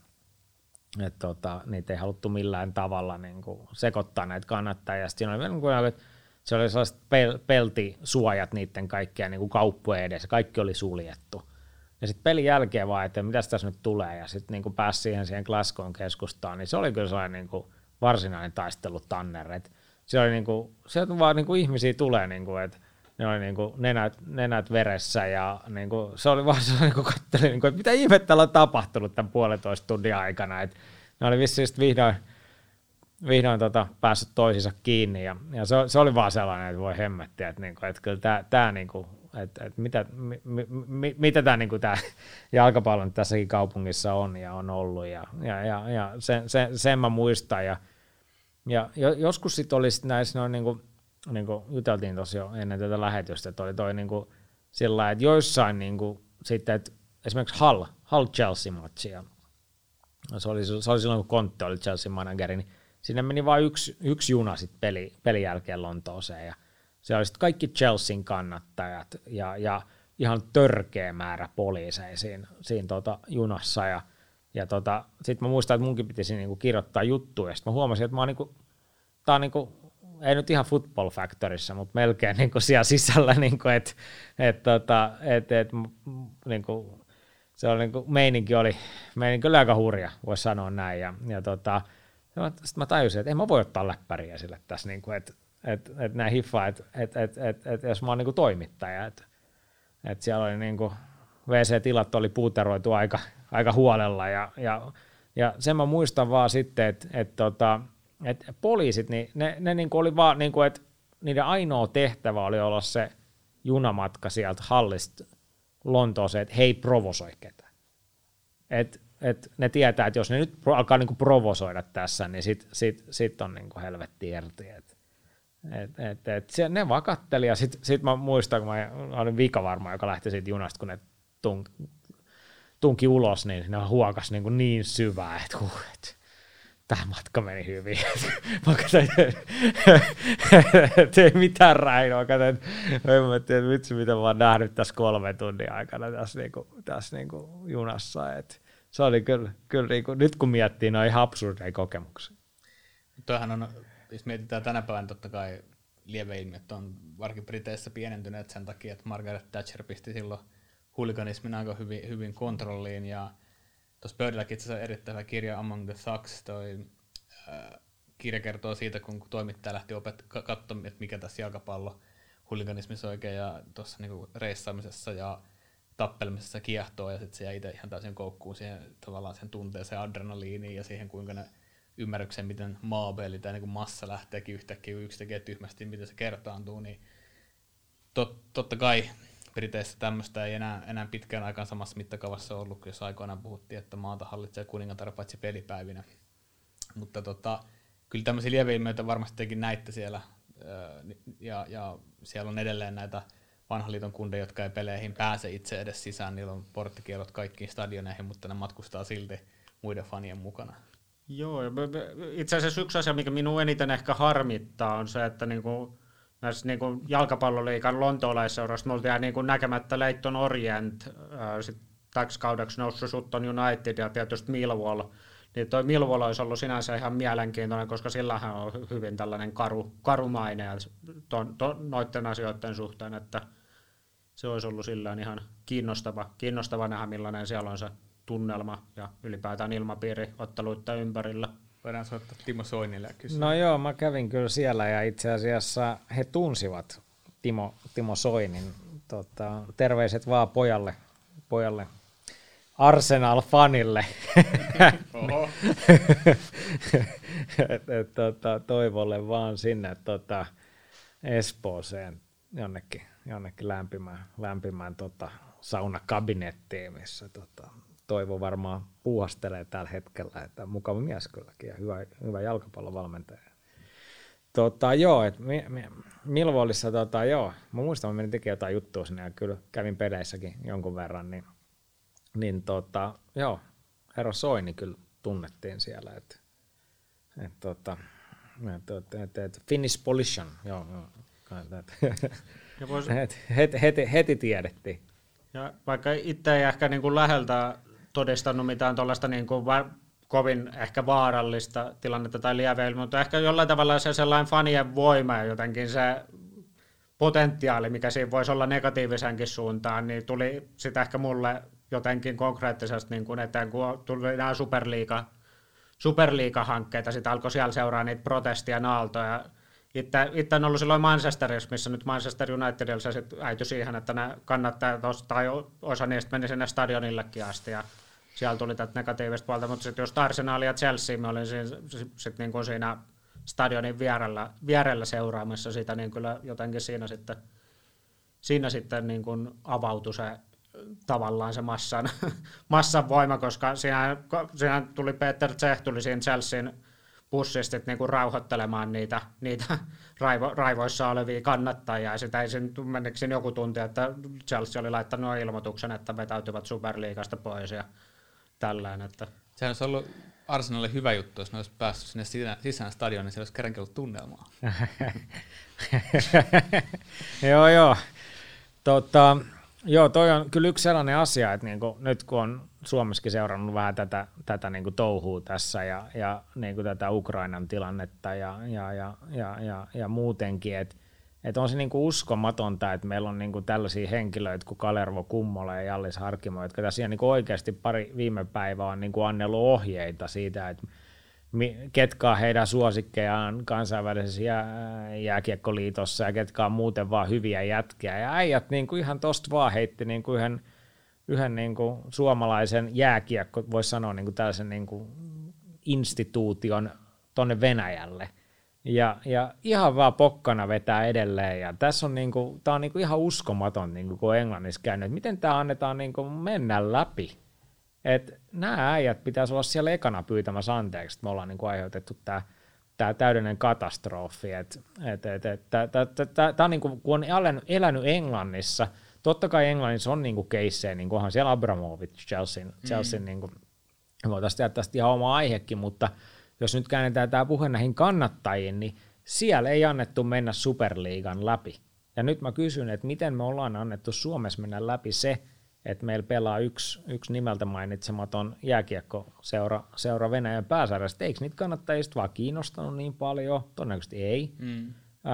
et tota, niitä ei haluttu millään tavalla niin kuin sekoittaa näitä kannattajia, ja siinä oli vielä, niin kuin, että se oli sellaiset pel- peltisuojat niiden kaikkien niin kuin kauppojen edessä, kaikki oli suljettu. Ja sitten pelin jälkeen vaan, että mitä tässä nyt tulee, ja sitten niin pääsi siihen, siihen Glasgown keskustaan, niin se oli kyllä sellainen niin kuin varsinainen taistelu tanner. Et se oli niin kuin, sieltä vaan niin kuin ihmisiä tulee, niin kuin, että ne oli niin kuin nenät, nenät veressä, ja niin kuin, se oli vaan sellainen, niin kuin katselin, niin kuin, että mitä ihmettä täällä on tapahtunut tämän puolentoista tunnin aikana. Et ne oli vissiin vihdoin, vihdoin tota, päässyt toisiinsa kiinni, ja, ja se, se oli vaan sellainen, että voi hemmettiä, että, niin kuin, että kyllä tämä, tämä niin kuin, että, että mitä, mi, mi, mitä tämä, niin kuin tämä jalkapallo tässäkin kaupungissa on ja on ollut, ja, ja, ja, ja sen, sen, sen mä muistan, ja, ja joskus sitten oli sit näissä, no, niin kuin, niin kuin juteltiin tosiaan ennen tätä lähetystä, että oli toi niin kuin sillä, että joissain niin kuin, sitten, että esimerkiksi Hull, Hull Chelsea-matsia, se oli, se oli silloin, kun Conte oli Chelsean manageri, niin sinne meni vain yksi, yksi juna sitten peli, pelin jälkeen Lontooseen, ja se oli sitten kaikki Chelsean kannattajat ja, ja ihan törkeä määrä poliiseja siinä, siinä tota junassa. Ja, ja tota, sitten mä muistan, että munkin pitisi niinku kirjoittaa juttuja. Ja sitten mä huomasin, että mä oon niinku, tää on niinku, ei nyt ihan Football Factoryssa, mutta melkein niinku siellä sisällä, niinku, että et, tota, et, et, niinku, se oli, niinku, meininki, oli, meininki oli aika hurja, voisi sanoa näin. Ja, ja tota, sitten mä tajusin, että ei mä voi ottaa läppäriä sille tässä, niinku, että Että et nämä hiffaa, että et, et, et, et, jos mä oon niinku toimittaja, että et siellä oli niinku, W C-tilat oli puuteroitu aika, aika huolella, ja, ja, ja sen mä muistan vaan sitten, että et, tota, et poliisit, niin ne, ne niinku oli vaan, niinku, että niiden ainoa tehtävä oli olla se junamatka sieltä Hallista Lontooseen, että he ei provosoi ketään. Et, et ne tietää, että jos ne nyt alkaa niinku provosoida tässä, niin sit, sit, sit on niinku helvetti irti, että Et, et, et se, ne vaan katteli, ja sitten sit mä muistan, kun mä olin vika varma, joka lähti siitä junasta, kun ne tunk, tunki ulos, niin ne huokas niin, kuin niin syvää, että huh, et, tämä matka meni hyvin. Mä katsoin, että ei mitään räinoa. Mä katsoin, että vitsi, mitä mä oon nähnyt tässä kolmen tunnin aikana tässä, niinku, tässä niinku junassa. Et se oli kyllä, kyllä niinku, nyt kun miettii, ne on ihan absurdeja kokemuksia. Tuohan on, jos mietitään tänä päivänä, totta kai lieveilmiöt on varsinkin Briteissä pienentyneet sen takia, että Margaret Thatcher pisti silloin huliganismin aika hyvin, hyvin kontrolliin, ja tuossa pöydälläkin itse asiassa erittäin hyvä kirja Among the Thugs, toi äh, kirja kertoo siitä, kun toimittaja lähti opet- katsomaan, että mikä tässä jalkapallo huliganismissa oikein, ja tuossa niinku reissaamisessa ja tappelemisessa kiehtoo, ja sitten se jäi itse ihan täysin koukkuun siihen tavallaan sen tunteeseen, adrenaliiniin ja siihen, kuinka ne ymmärrykseen, miten maabeli tai niin massa lähteekin yhtäkkiä, yksi tekee tyhmästi, miten se kertaantuu, niin tot, totta kai Briteissä tämmöistä ei enää, enää pitkään aikaan samassa mittakaavassa ollut, jos aikoinaan puhuttiin, että maata hallitsee kuningatar paitsi pelipäivinä. Mutta tota, kyllä tämmöisiä lieveilmiöitä varmasti tekin näitte siellä, ja, ja siellä on edelleen näitä vanhan liiton kundeja, jotka ei peleihin pääse itse edes sisään, niillä on porttikielot kaikkiin stadioneihin, mutta ne matkustaa silti muiden fanien mukana. Joo, itse asiassa yksi asia, mikä minun eniten ehkä harmittaa, on se, että niinku, näissä niinku jalkapalloliigan lontoolaisseurassa me oltiin niinku näkemättä Leyton Orient, sitten täksi kaudeksi noussut Sutton United ja tietysti Millwall. Niin toi Millwall olisi ollut sinänsä ihan mielenkiintoinen, koska sillähän on hyvin tällainen karu, karumaine ton, ton, noiden asioiden suhteen, että se olisi ollut sillään ihan kiinnostava, kiinnostava nähdä, millainen siellä on se tunnelma ja ylipäätään ilmapiiri otteluiden ympärillä. Voidaan soittaa Timo Soinille ja kysyä. No joo, mä kävin kyllä siellä, ja itse asiassa he tunsivat Timo, Timo Soinin. Tota, terveiset vaan pojalle, pojalle Arsenal-fanille. Oho. et, et, tota, Toivolle vaan sinne tota, Espooseen jonnekin, jonnekin lämpimään, lämpimään tota, saunakabinettiin, missä tota, Toivo varmaan puuhastelee tällä hetkellä, että mukava mies kylläkin ja hyvä, hyvä jalkapallovalmentaja. Tota, joo, et mi, mi, Millwallissa, tota, joo, mä muistan, mä menin tekemään jotain juttua sinne ja kyllä kävin peleissäkin jonkun verran, niin, niin tota, joo, herra Soini kyllä tunnettiin siellä, että et, tota, et, et, et, et, Finnish Polition, joo, joo. Ja vois, heti, heti, heti, heti tiedettiin. ja vaikka itse ei ehkä niin kuin läheltä todistanut mitään tuollaista niin kuin va- kovin ehkä vaarallista tilannetta tai lieveilmiä, mutta ehkä jollain tavalla se sellainen fanien voima ja jotenkin se potentiaali, mikä siinä voisi olla negatiivisenkin suuntaan, niin tuli sitä ehkä mulle jotenkin konkreettisesti niin kuin eteen, kun tuli nämä Superliiga, Superliiga-hankkeita, sitten alkoi siellä seuraa niitä protestien aaltoja. Itse, itse on ollut silloin Manchesterissa, missä nyt Manchester Unitedilla se sitten äityi siihen, että ne kannattaa, tai osa niistä meni sinne stadionillekin asti, ja siellä tuli tätä negatiivista puolta, mutta sitten just Arsenal ja Chelsea, mä olin siinä, sit niin kuin siinä stadionin vierellä, vierellä seuraamassa sitä, niin kyllä jotenkin siinä sitten, siinä sitten niin kuin avautui se tavallaan se massan, massan voima, koska siinä, siinä tuli Peter Cech, tuli siinä Chelsean bussista niin kuin rauhoittelemaan niitä, niitä raivo, raivoissa olevia kannattajia, ja sitä ei siinä joku tunti, että Chelsea oli laittanut ilmoituksen, että vetäytyvät Superliigasta pois ja tällainen. Että. Sehän olisi ollut Arsenalille hyvä juttu, jos ne olisi päässyt sinne sisään, sisään stadioon, niin siellä olisi kerrankin ollut tunnelmaa. joo, joo. Tota, joo, toi on kyllä yksi sellainen asia, että niinku, nyt kun on Suomessakin seurannut vähän tätä, tätä niinku touhua tässä ja, ja niinku tätä Ukrainan tilannetta ja, ja, ja, ja, ja, ja muutenkin, että et on se niinku uskomatonta, että meillä on niinku tällaisia henkilöitä kuin Kalervo Kummola ja Jallis Harkimo, jotka tässä niinku oikeasti pari viime päivää on niinku annellut ohjeita siitä, että ketkä on heidän suosikkejaan kansainvälisessä jää, jääkiekkoliitossa ja ketkä on muuten vaan hyviä jätkiä. Ja äijät niinku ihan tosta vaan heitti niinku yhden, yhden niinku suomalaisen jääkiekko, voisi sanoa niinku tällaisen niinku instituution tonne Venäjälle. Ja, ja ihan vaan pokkana vetää edelleen. Ja tässä on, niinku, tää on niinku ihan uskomaton, niinku, kun Englannissa käynyt, että miten tämä annetaan niinku mennä läpi. Että nämä äijät pitäisi olla siellä ekana pyytämässä anteeksi, että me ollaan niinku aiheutettu tämä tää täydellinen katastrofi. Et, et, et, et, Tämä on niinku, kun on elänyt Englannissa, totta kai Englannissa on niinku keissejä, niin onhan siellä Abramovich, Chelsean, Chelsean mm. niinku, voitaisiin tehdä tästä ihan oma aihekin, mutta jos nyt käännetään tämä puhe näihin kannattajiin, niin siellä ei annettu mennä Superliigan läpi. Ja nyt mä kysyn, että miten me ollaan annettu Suomessa mennä läpi se, että meillä pelaa yksi, yksi nimeltä mainitsematon jääkiekkoseura seura Venäjän pääsarjasta. Eikö niitä kannattajista vaan kiinnostanut niin paljon? Todennäköisesti ei. Mm.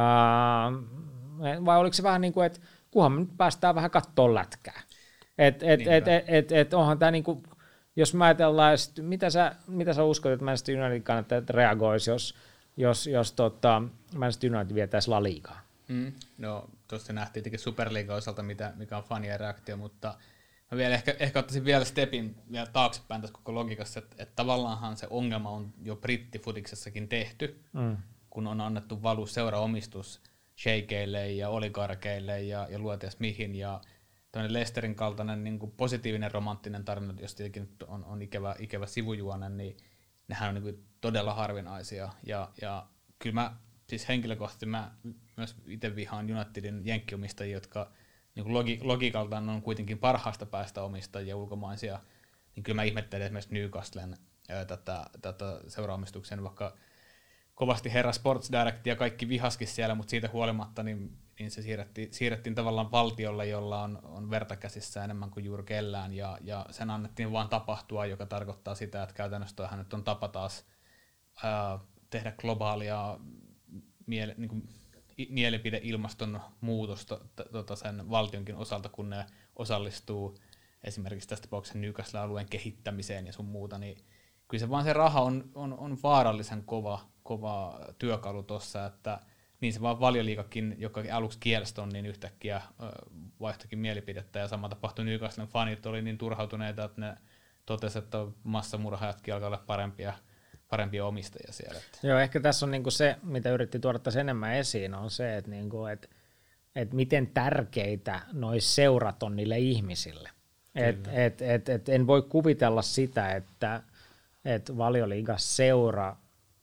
Uh, vai oliko se vähän niin kuin, että kunhan me nyt päästään vähän kattoon lätkää. Et, et, et, et, et, et, onhan tämä niin kuin, jos mä ajatellaan, mitä sä, mitä sä uskot, että Manchester United kannattajat reagoisi, jos, jos, jos tota, Manchester United vietäisi La Ligaa? Mm. No, tuossa nähtiin tietenkin Superliigan osalta, mitä, mikä on fanien reaktio, mutta mä vielä ehkä, ehkä ottaisin vielä stepin vielä taaksepäin tässä koko logiikassa, että, että tavallaanhan se ongelma on jo brittifutiksessakin tehty, mm. kun on annettu valu seuraomistus sheikeille ja oligarkeille ja, ja luotias mihin, ja tämmöinen Leicesterin kaltainen niin kuin positiivinen romanttinen tarina, jos tietenkin on, on ikävä, ikävä sivujuone, niin nehän on niin kuin todella harvinaisia, ja, ja kyllä mä siis henkilökohtaisesti mä myös itse vihaan Unitedin jenkkiomistajia, jotka niin kuin logi, logiikaltaan on kuitenkin parhaasta päästä omistajia ulkomaisia, niin kyllä mä ihmettelen esimerkiksi Newcastlen ää, tätä, tätä seuraomistuksen, vaikka kovasti herra Sports Direct ja kaikki vihaskin siellä, mutta siitä huolimatta niin, niin se siirrettiin, siirrettiin tavallaan valtiolle, jolla on, on verta käsissä enemmän kuin juuri kellään, ja, ja sen annettiin vaan tapahtua, joka tarkoittaa sitä, että käytännössä hänet on tapa taas ää, tehdä globaalia miele, niin kuin, mielipideilmaston muutosta tota sen valtionkin osalta, kun ne osallistuu esimerkiksi tästä tapauksessa Newcastle-alueen kehittämiseen ja sun muuta, niin kyllä se vaan se raha on, on, on vaarallisen kova, kova työkalu tuossa, että niin se vaan Valioliigakin, joka aluksi kielstä on, niin yhtäkkiä vaihtoikin mielipidettä, ja sama tapahtui Newcastlen fanit, oli niin turhautuneita, että ne totesivat, että massamurhaajatkin alkaa olla parempia parempia omistajia siellä. Joo, ehkä tässä on niinku se, mitä yritti tuoda tässä enemmän esiin, on se, että niinku, et, et miten tärkeitä noi seurat on niille ihmisille. Et, et, et, et en voi kuvitella sitä, että et Valioliigas seura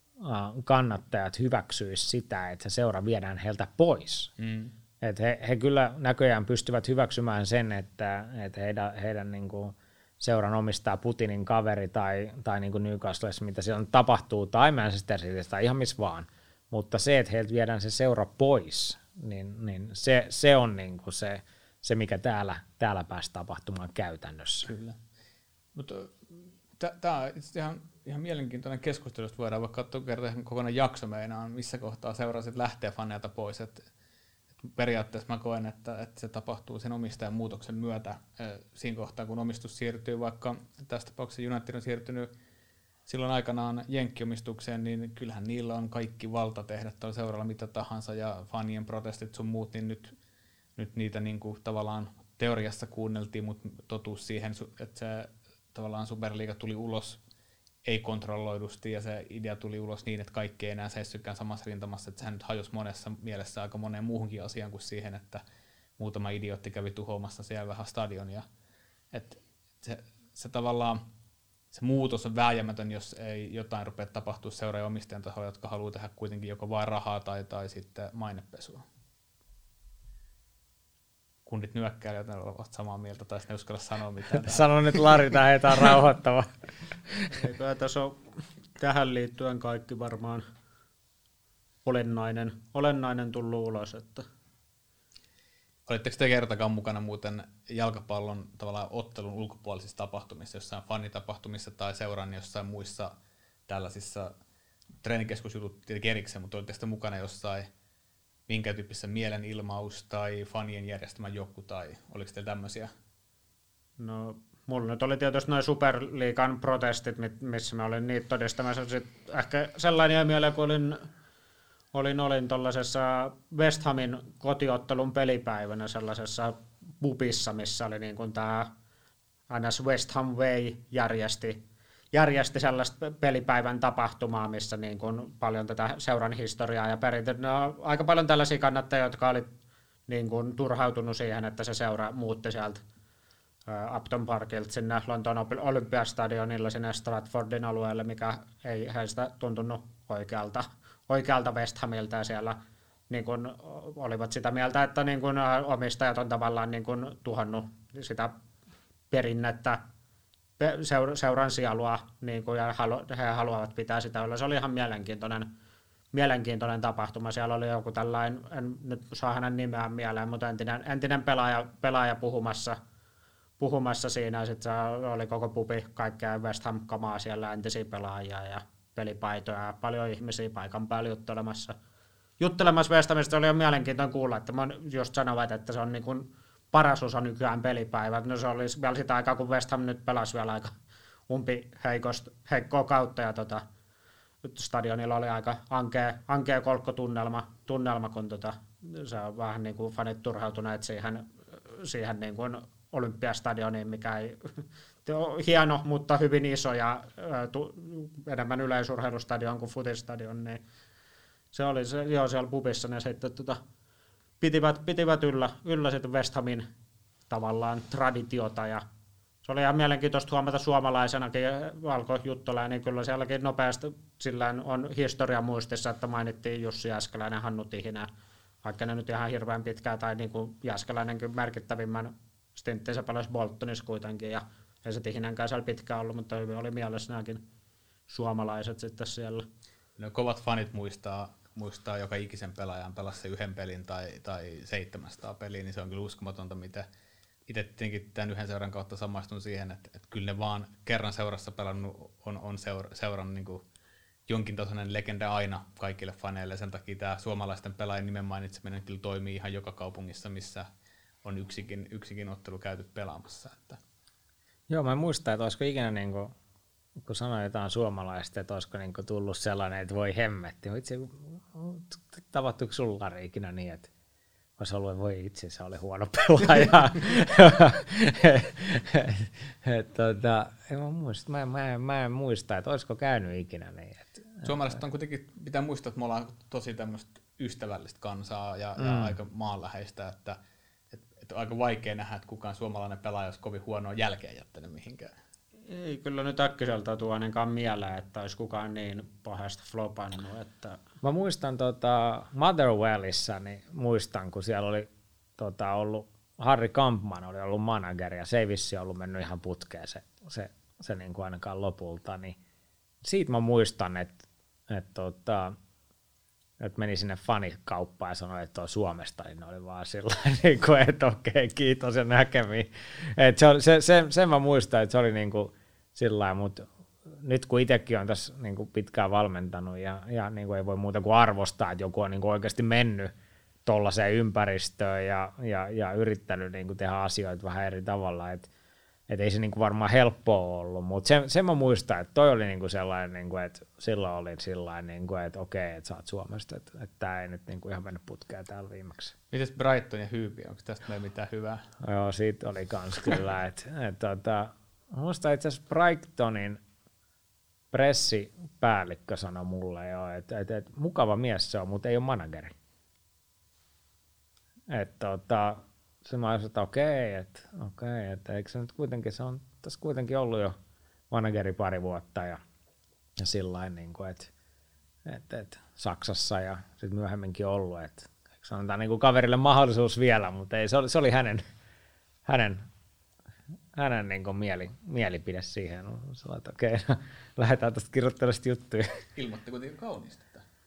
kannattajat hyväksyisi sitä, että se seura viedään heiltä pois. Mm. Et he, he kyllä näköjään pystyvät hyväksymään sen, että et heidän, heidän niinku seuran omistaa Putinin kaveri tai, tai niin kuin Newcastlessa, mitä siellä tapahtuu, tai Manchester Cityssä tai ihan missä vaan. Mutta se, että heiltä viedään se seura pois, niin, niin se, se on niin kuin se, se, mikä täällä, täällä pääsi tapahtumaan käytännössä. Kyllä. Mutta tämä on ihan, ihan mielenkiintoinen keskustelu, josta voidaan vaikka katsoa kertaa kokonaan jakso meinaan, missä kohtaa seuraa sitten lähtee faneilta pois. Et, et periaatteessa mä koen, että, että se tapahtuu sen omistajan muutoksen myötä äh, siinä kohtaa, kun omistus siirtyy, vaikka tässä tapauksessa United on siirtynyt silloin aikanaan jenkkiomistukseen, niin kyllähän niillä on kaikki valta tehdä tällä seuralla mitä tahansa, ja fanien protestit sun muut, niin nyt, nyt niitä niin kuin tavallaan teoriassa kuunneltiin, mutta totuus siihen, että se tavallaan Superliiga tuli ulos ei-kontrolloidusti, ja se idea tuli ulos niin, että kaikki ei enää seissykään samassa rintamassa, että sehän nyt hajosi monessa mielessä aika moneen muuhunkin asiaan kuin siihen, että muutama idiootti kävi tuhoamassa siellä vähän stadionia. Että se, se tavallaan se muutos on vääjäämätön, jos ei jotain rupea tapahtua seuraajan omistajan taholla, jotka haluaa tehdä kuitenkin joko vain rahaa tai, tai sitten mainepesua. Kundit nyökkäilijät ovat samaa mieltä, tai ne uskalla sanoa mitään. Sanon, että Lari, tämä ei ole rauhoittava. Eikö tässä ole tähän liittyen kaikki varmaan olennainen, olennainen tullut ulos. Että Olitteko te kertakaan mukana muuten jalkapallon tavallaan ottelun ulkopuolisissa tapahtumissa, jossain fanitapahtumissa tai seuran jossain muissa tällaisissa treenikeskusjutut tietenkin erikseen, mutta olitteko te mukana jossain minkä tyyppisessä mielenilmaus tai fanien järjestämä joku tai oliko teillä tämmöisiä? No, mulla nyt oli tietysti noin Superliigan protestit, missä mä olin niitä todistamassa. Sitten ehkä sellainen jäi mieleen, kun olin, olin, olin tuollaisessa West Hamin kotiottelun pelipäivänä sellaisessa pubissa, missä oli niin kuin tämä aina West Ham Way järjesti, järjesti sellaista pelipäivän tapahtumaa, missä niin kuin paljon tätä seuran historiaa ja perintöä. No, aika paljon tällaisia kannattajia, jotka oli niin kuin turhautunut siihen, että se seura muutti sieltä Upton Parkilta sinne Lontoon Olympiastadionilla sinne Stratfordin alueelle, mikä ei heistä tuntunut oikealta, oikealta West Hamilta, ja siellä niin kuin olivat sitä mieltä, että niin kuin omistajat on tavallaan niin kuin tuhannut sitä perinnettä, seuran sielua, niin kuin, ja he haluavat pitää sitä yllä. Se oli ihan mielenkiintoinen, mielenkiintoinen tapahtuma. Siellä oli joku tällainen, en nyt saa hänen nimeään mieleen, mutta entinen, entinen pelaaja, pelaaja puhumassa, puhumassa siinä. Sitten oli koko pubi, kaikkea West Ham-kamaa siellä, entisiä pelaajia ja pelipaitoja ja paljon ihmisiä paikan päällä juttelemassa. Juttelemassa West Hamista. Se oli jo mielenkiintoinen kuulla, että just sanovat, että se on niin kuin paras osa nykyään pelipäivät. No se oli vielä sitä aikaa, kun West Ham nyt pelasi vielä aika umpi heikkoa kautta, ja tota, stadionilla oli aika ankea, ankea kolkkotunnelma, tunnelma, kun tota, se on vähän niin kuin fanit turhautuneet siihen, siihen niin kuin Olympiastadioniin, mikä ei hieno, mutta hyvin iso ja tu, enemmän yleisurheilustadion kuin futistadion, niin se oli se, joo, siellä pubissa ne sitten tota, pitivät, pitivät yllä, yllä sitten West Hamin tavallaan traditiota, ja se oli ihan mielenkiintoista huomata suomalaisenakin alkoi juttuilla, niin kyllä sielläkin nopeasti sillään on historia muistissa, että mainittiin Jussi Jääskeläinen, Hannu Tihinä, vaikka ne nyt ihan hirveän pitkää, tai niin kuin Jääskeläinenkin merkittävimmän stinttinsä pelasi Boltonissa kuitenkin, ja ei se Tihinänkään siellä pitkään ollut, mutta hyvin oli mielessä nämäkin suomalaiset sitten siellä. No, kovat fanit muistaa, muistaa joka ikisen pelaajan pelasi se yhden pelin tai, tai seitsemänsataa peliä, niin se on kyllä uskomatonta, mitä itse tietenkin tämän yhden seuran kautta samaistun siihen, että, että kyllä ne vaan kerran seurassa pelannut on, on seura, seuran niin kuin jonkin tasoinen legenda aina kaikille faneille. Sen takia tämä suomalaisten pelaajien nimen mainitseminen kyllä toimii ihan joka kaupungissa, missä on yksikin, yksikin ottelu käyty pelaamassa. Että. Joo, mä muistan, että olisiko ikinä, niin kuin, kun sanoin jotain suomalaista, että olisiko niin kuin tullut sellainen, että voi hemmetti. Itse, tapahtuiko sulla ikinä niin, että olisi ollut, että voi itse, se oli huono pelaaja. tota, en mä, muista, mä, mä, mä en muista, että olisiko käynyt ikinä niin. Että, suomalaiset on kuitenkin, pitää muistaa, että me ollaan tosi tämmöistä ystävällistä kansaa ja, mm. ja aika maanläheistä, että, että, että aika vaikea nähdä, että kukaan suomalainen pelaaja olisi kovin huonoa jälkeen jättänyt mihinkään. Ei kyllä nyt äkkiseltä tuo ainakaan mieleen, että olisi kukaan niin pahasta flopannut. Että mä muistan tota, Motherwellissa, niin muistan, kun siellä oli tota, ollut, Harry Kampman oli ollut manageri ja se ei vissi ollut mennyt ihan putkeen se, se, se niin kuin ainakaan lopulta, niin siitä mä muistan, että, että, tota, että meni sinne fanikauppaan ja sanoi, että on Suomesta, niin ne oli vaan sillä niin kuin, että okei, kiitos ja näkemiin. Että se, se, se, sen mä muistan, että se oli niin kuin sillä mutta nyt kun itsekin on tässä niin kuin pitkään valmentanut ja, ja niin kuin ei voi muuta kuin arvostaa, että joku on niin kuin oikeasti mennyt tuollaiseen ympäristöön ja, ja, ja yrittänyt niin kuin tehdä asioita vähän eri tavalla, että et ei se niin kuin varmaan helppoa ollut, mutta sen, sen mä muistan, että toi oli niin kuin sellainen, niin kuin, että silloin oli sellainen, niin kuin, että okei, että sä oot Suomesta, että, että tämä ei nyt niin kuin ihan mennyt putkeen täällä viimeksi. Mites Brighton ja Hyypi, onko tästä meillä mitään hyvää? Joo, siitä oli kans kyllä, että et, tota, muistan itse asiassa Brightonin pressipäällikkö sanoi mulle jo, että et, et, mukava mies se on, mutta ei ole manageri. Että tota, se mä olisin, että okei, että okei, että eikö se nyt kuitenkin, se on tässä kuitenkin ollut jo manageri pari vuotta ja, ja sillain niin kuin, että et, et Saksassa ja sitten myöhemminkin ollut, että sanotaan niin kuin kaverille mahdollisuus vielä, mutta ei, se oli, se oli hänen, hänen, hänen niin kuin mieli, mielipide siihen. Sanoin, että okei, no, lähdetään tästä kirjoittelemaan juttuja. Ilmoitti kuitenkin kauniisti.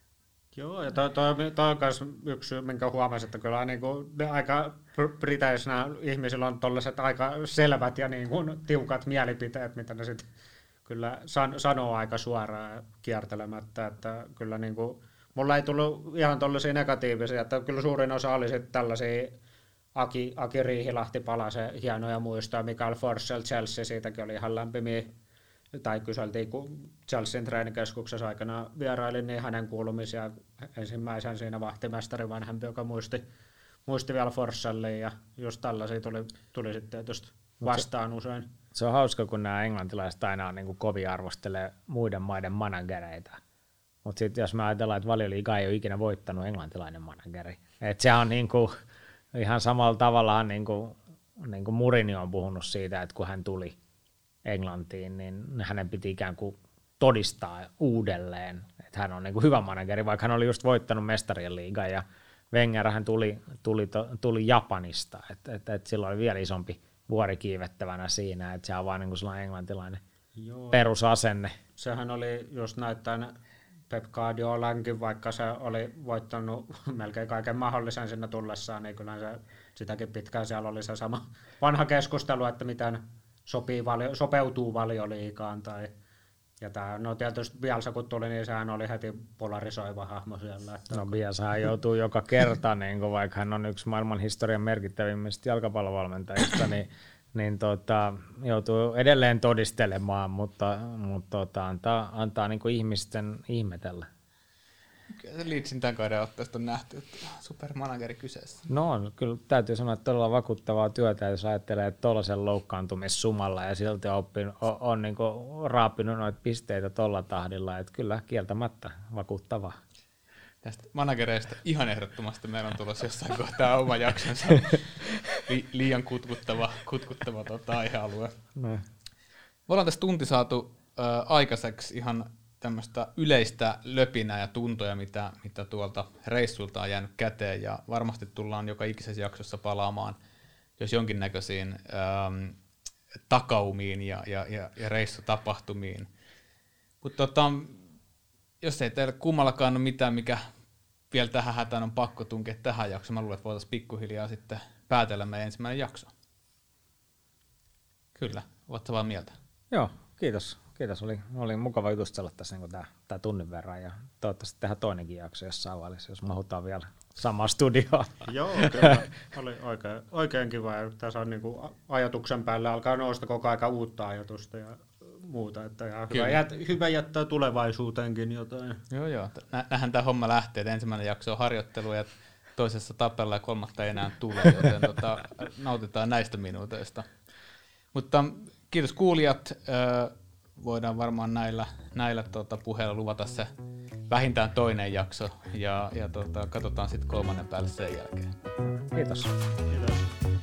Joo, ja toi, toi, toi on myös yksi, minkä huomasin, että kyllä niin kuin, ne aika briteisenä ihmisillä on tollaiset aika selvät ja niin kuin, tiukat mielipiteet, mitä ne sitten kyllä san, sanoo aika suoraan kiertelemättä, että kyllä niin kuin, mulla ei tullut ihan tollaisia negatiivisia, että kyllä suurin osa oli sitten tällaisia Aki, Aki Riihilahti Palasen hienoja muistoja, Mikael Forssell Chelsea, siitäkin oli ihan lämpimiä, tai kyseltiin, kun Chelsean treenikeskuksessa aikana vierailin, niin hänen kuulumisia ensimmäisen siinä vahtimestari vanhempi, joka muisti, muisti vielä Forssellia, ja just tällaisia tuli, tuli sitten tietysti vastaan usein. Se on hauska, kun nämä englantilaiset aina on niin kuin kovin arvostelee muiden maiden managereita. Mutta sitten jos me ajatellaan, että Valioliiga ei ole ikinä voittanut englantilainen manageri. Että se on niin kuin, ihan samalla tavalla, niin kuin, niin kuin Mourinho on puhunut siitä, että kun hän tuli Englantiin, niin hänen piti ikään kuin todistaa uudelleen, että hän on niin kuin hyvä manageri, vaikka hän oli just voittanut mestarien liigan, ja Wenger hän tuli, tuli, tuli Japanista, että et, et sillä oli vielä isompi vuori kiivettävänä siinä, että se on vaan niin kuin sellainen englantilainen Joo. perusasenne. Sehän oli just näyttäen Pep Guardiolankin, vaikka se oli voittanut melkein kaiken mahdollisen sinne tullessaan, niin kyllä se sitäkin pitkään siellä oli se sama vanha keskustelu, että miten sopii valio, sopeutuu Valioliigaan. Tai, ja tämä, no tietysti Bielsa kun tuli, niin sehän oli heti polarisoiva hahmo siellä. Että no Bielsahan joutuu joka kerta, niin kun vaikka hän on yksi maailman historian merkittävimmistä jalkapallovalmentajista, niin, niin tota, joutuu edelleen todistelemaan, mutta, mutta tota, antaa, antaa niin kuin ihmisten ihmetellä. Kyllä se Leedsin tämän kauden otteesta on nähty, että supermanageri kyseessä. No on, kyllä täytyy sanoa, että todella vakuuttavaa työtä, jos ajattelee, että tuollaisen loukkaantumissumalla ja silti on, oppinut, on, on niin kuin raapinut noita pisteitä tuolla tahdilla, että kyllä kieltämättä vakuuttavaa. Tästä managereista ihan ehdottomasti meillä on tulossa jossain kohtaa oma jaksonsa. Li, liian kutkuttava, kutkuttava tota aihealue. No. Me ollaan tässä tunti saatu äh, aikaiseksi ihan tämmöistä yleistä löpinää ja tuntoja, mitä, mitä tuolta reissulta on jäänyt käteen, ja varmasti tullaan joka ikisessä jaksossa palaamaan, jos jonkinnäköisiin ähm, takaumiin ja, ja, ja, ja reissutapahtumiin. Mutta tota, jos ei teille kummallakaan ole mitään, mikä vielä tähän hätään on pakko tunkea tähän jaksoon, mä luulen, että voitaisiin pikkuhiljaa sitten päätellä meidän ensimmäinen jakso. Kyllä, oot samaa mieltä? Joo, kiitos. Kiitos, oli, oli mukava jutustella tässä niin tämä, tämä tunnin verran, ja toivottavasti tehdään toinenkin jakso jossain välissä, jos mahutaan vielä samaa studioon. Joo, kyllä, oli oikein, oikein kiva, ja tässä on niin kuin ajatuksen päälle alkaa nousta koko aika uutta ajatusta ja muuta, että ja hyvä, jät, hyvä jättää tulevaisuuteenkin jotain. Joo, joo, näinhän tämä homma lähtee, että ensimmäinen jakso on harjoittelu, ja toisessa tapella ja kolmatta ei enää tule, joten tota, nautitaan näistä minuuteista. Mutta kiitos kuulijat. Voidaan varmaan näillä, näillä tuota, puheilla luvata se vähintään toinen jakso, ja, ja tuota, katsotaan sitten kolmannen päälle sen jälkeen. Kiitos. Kiitos.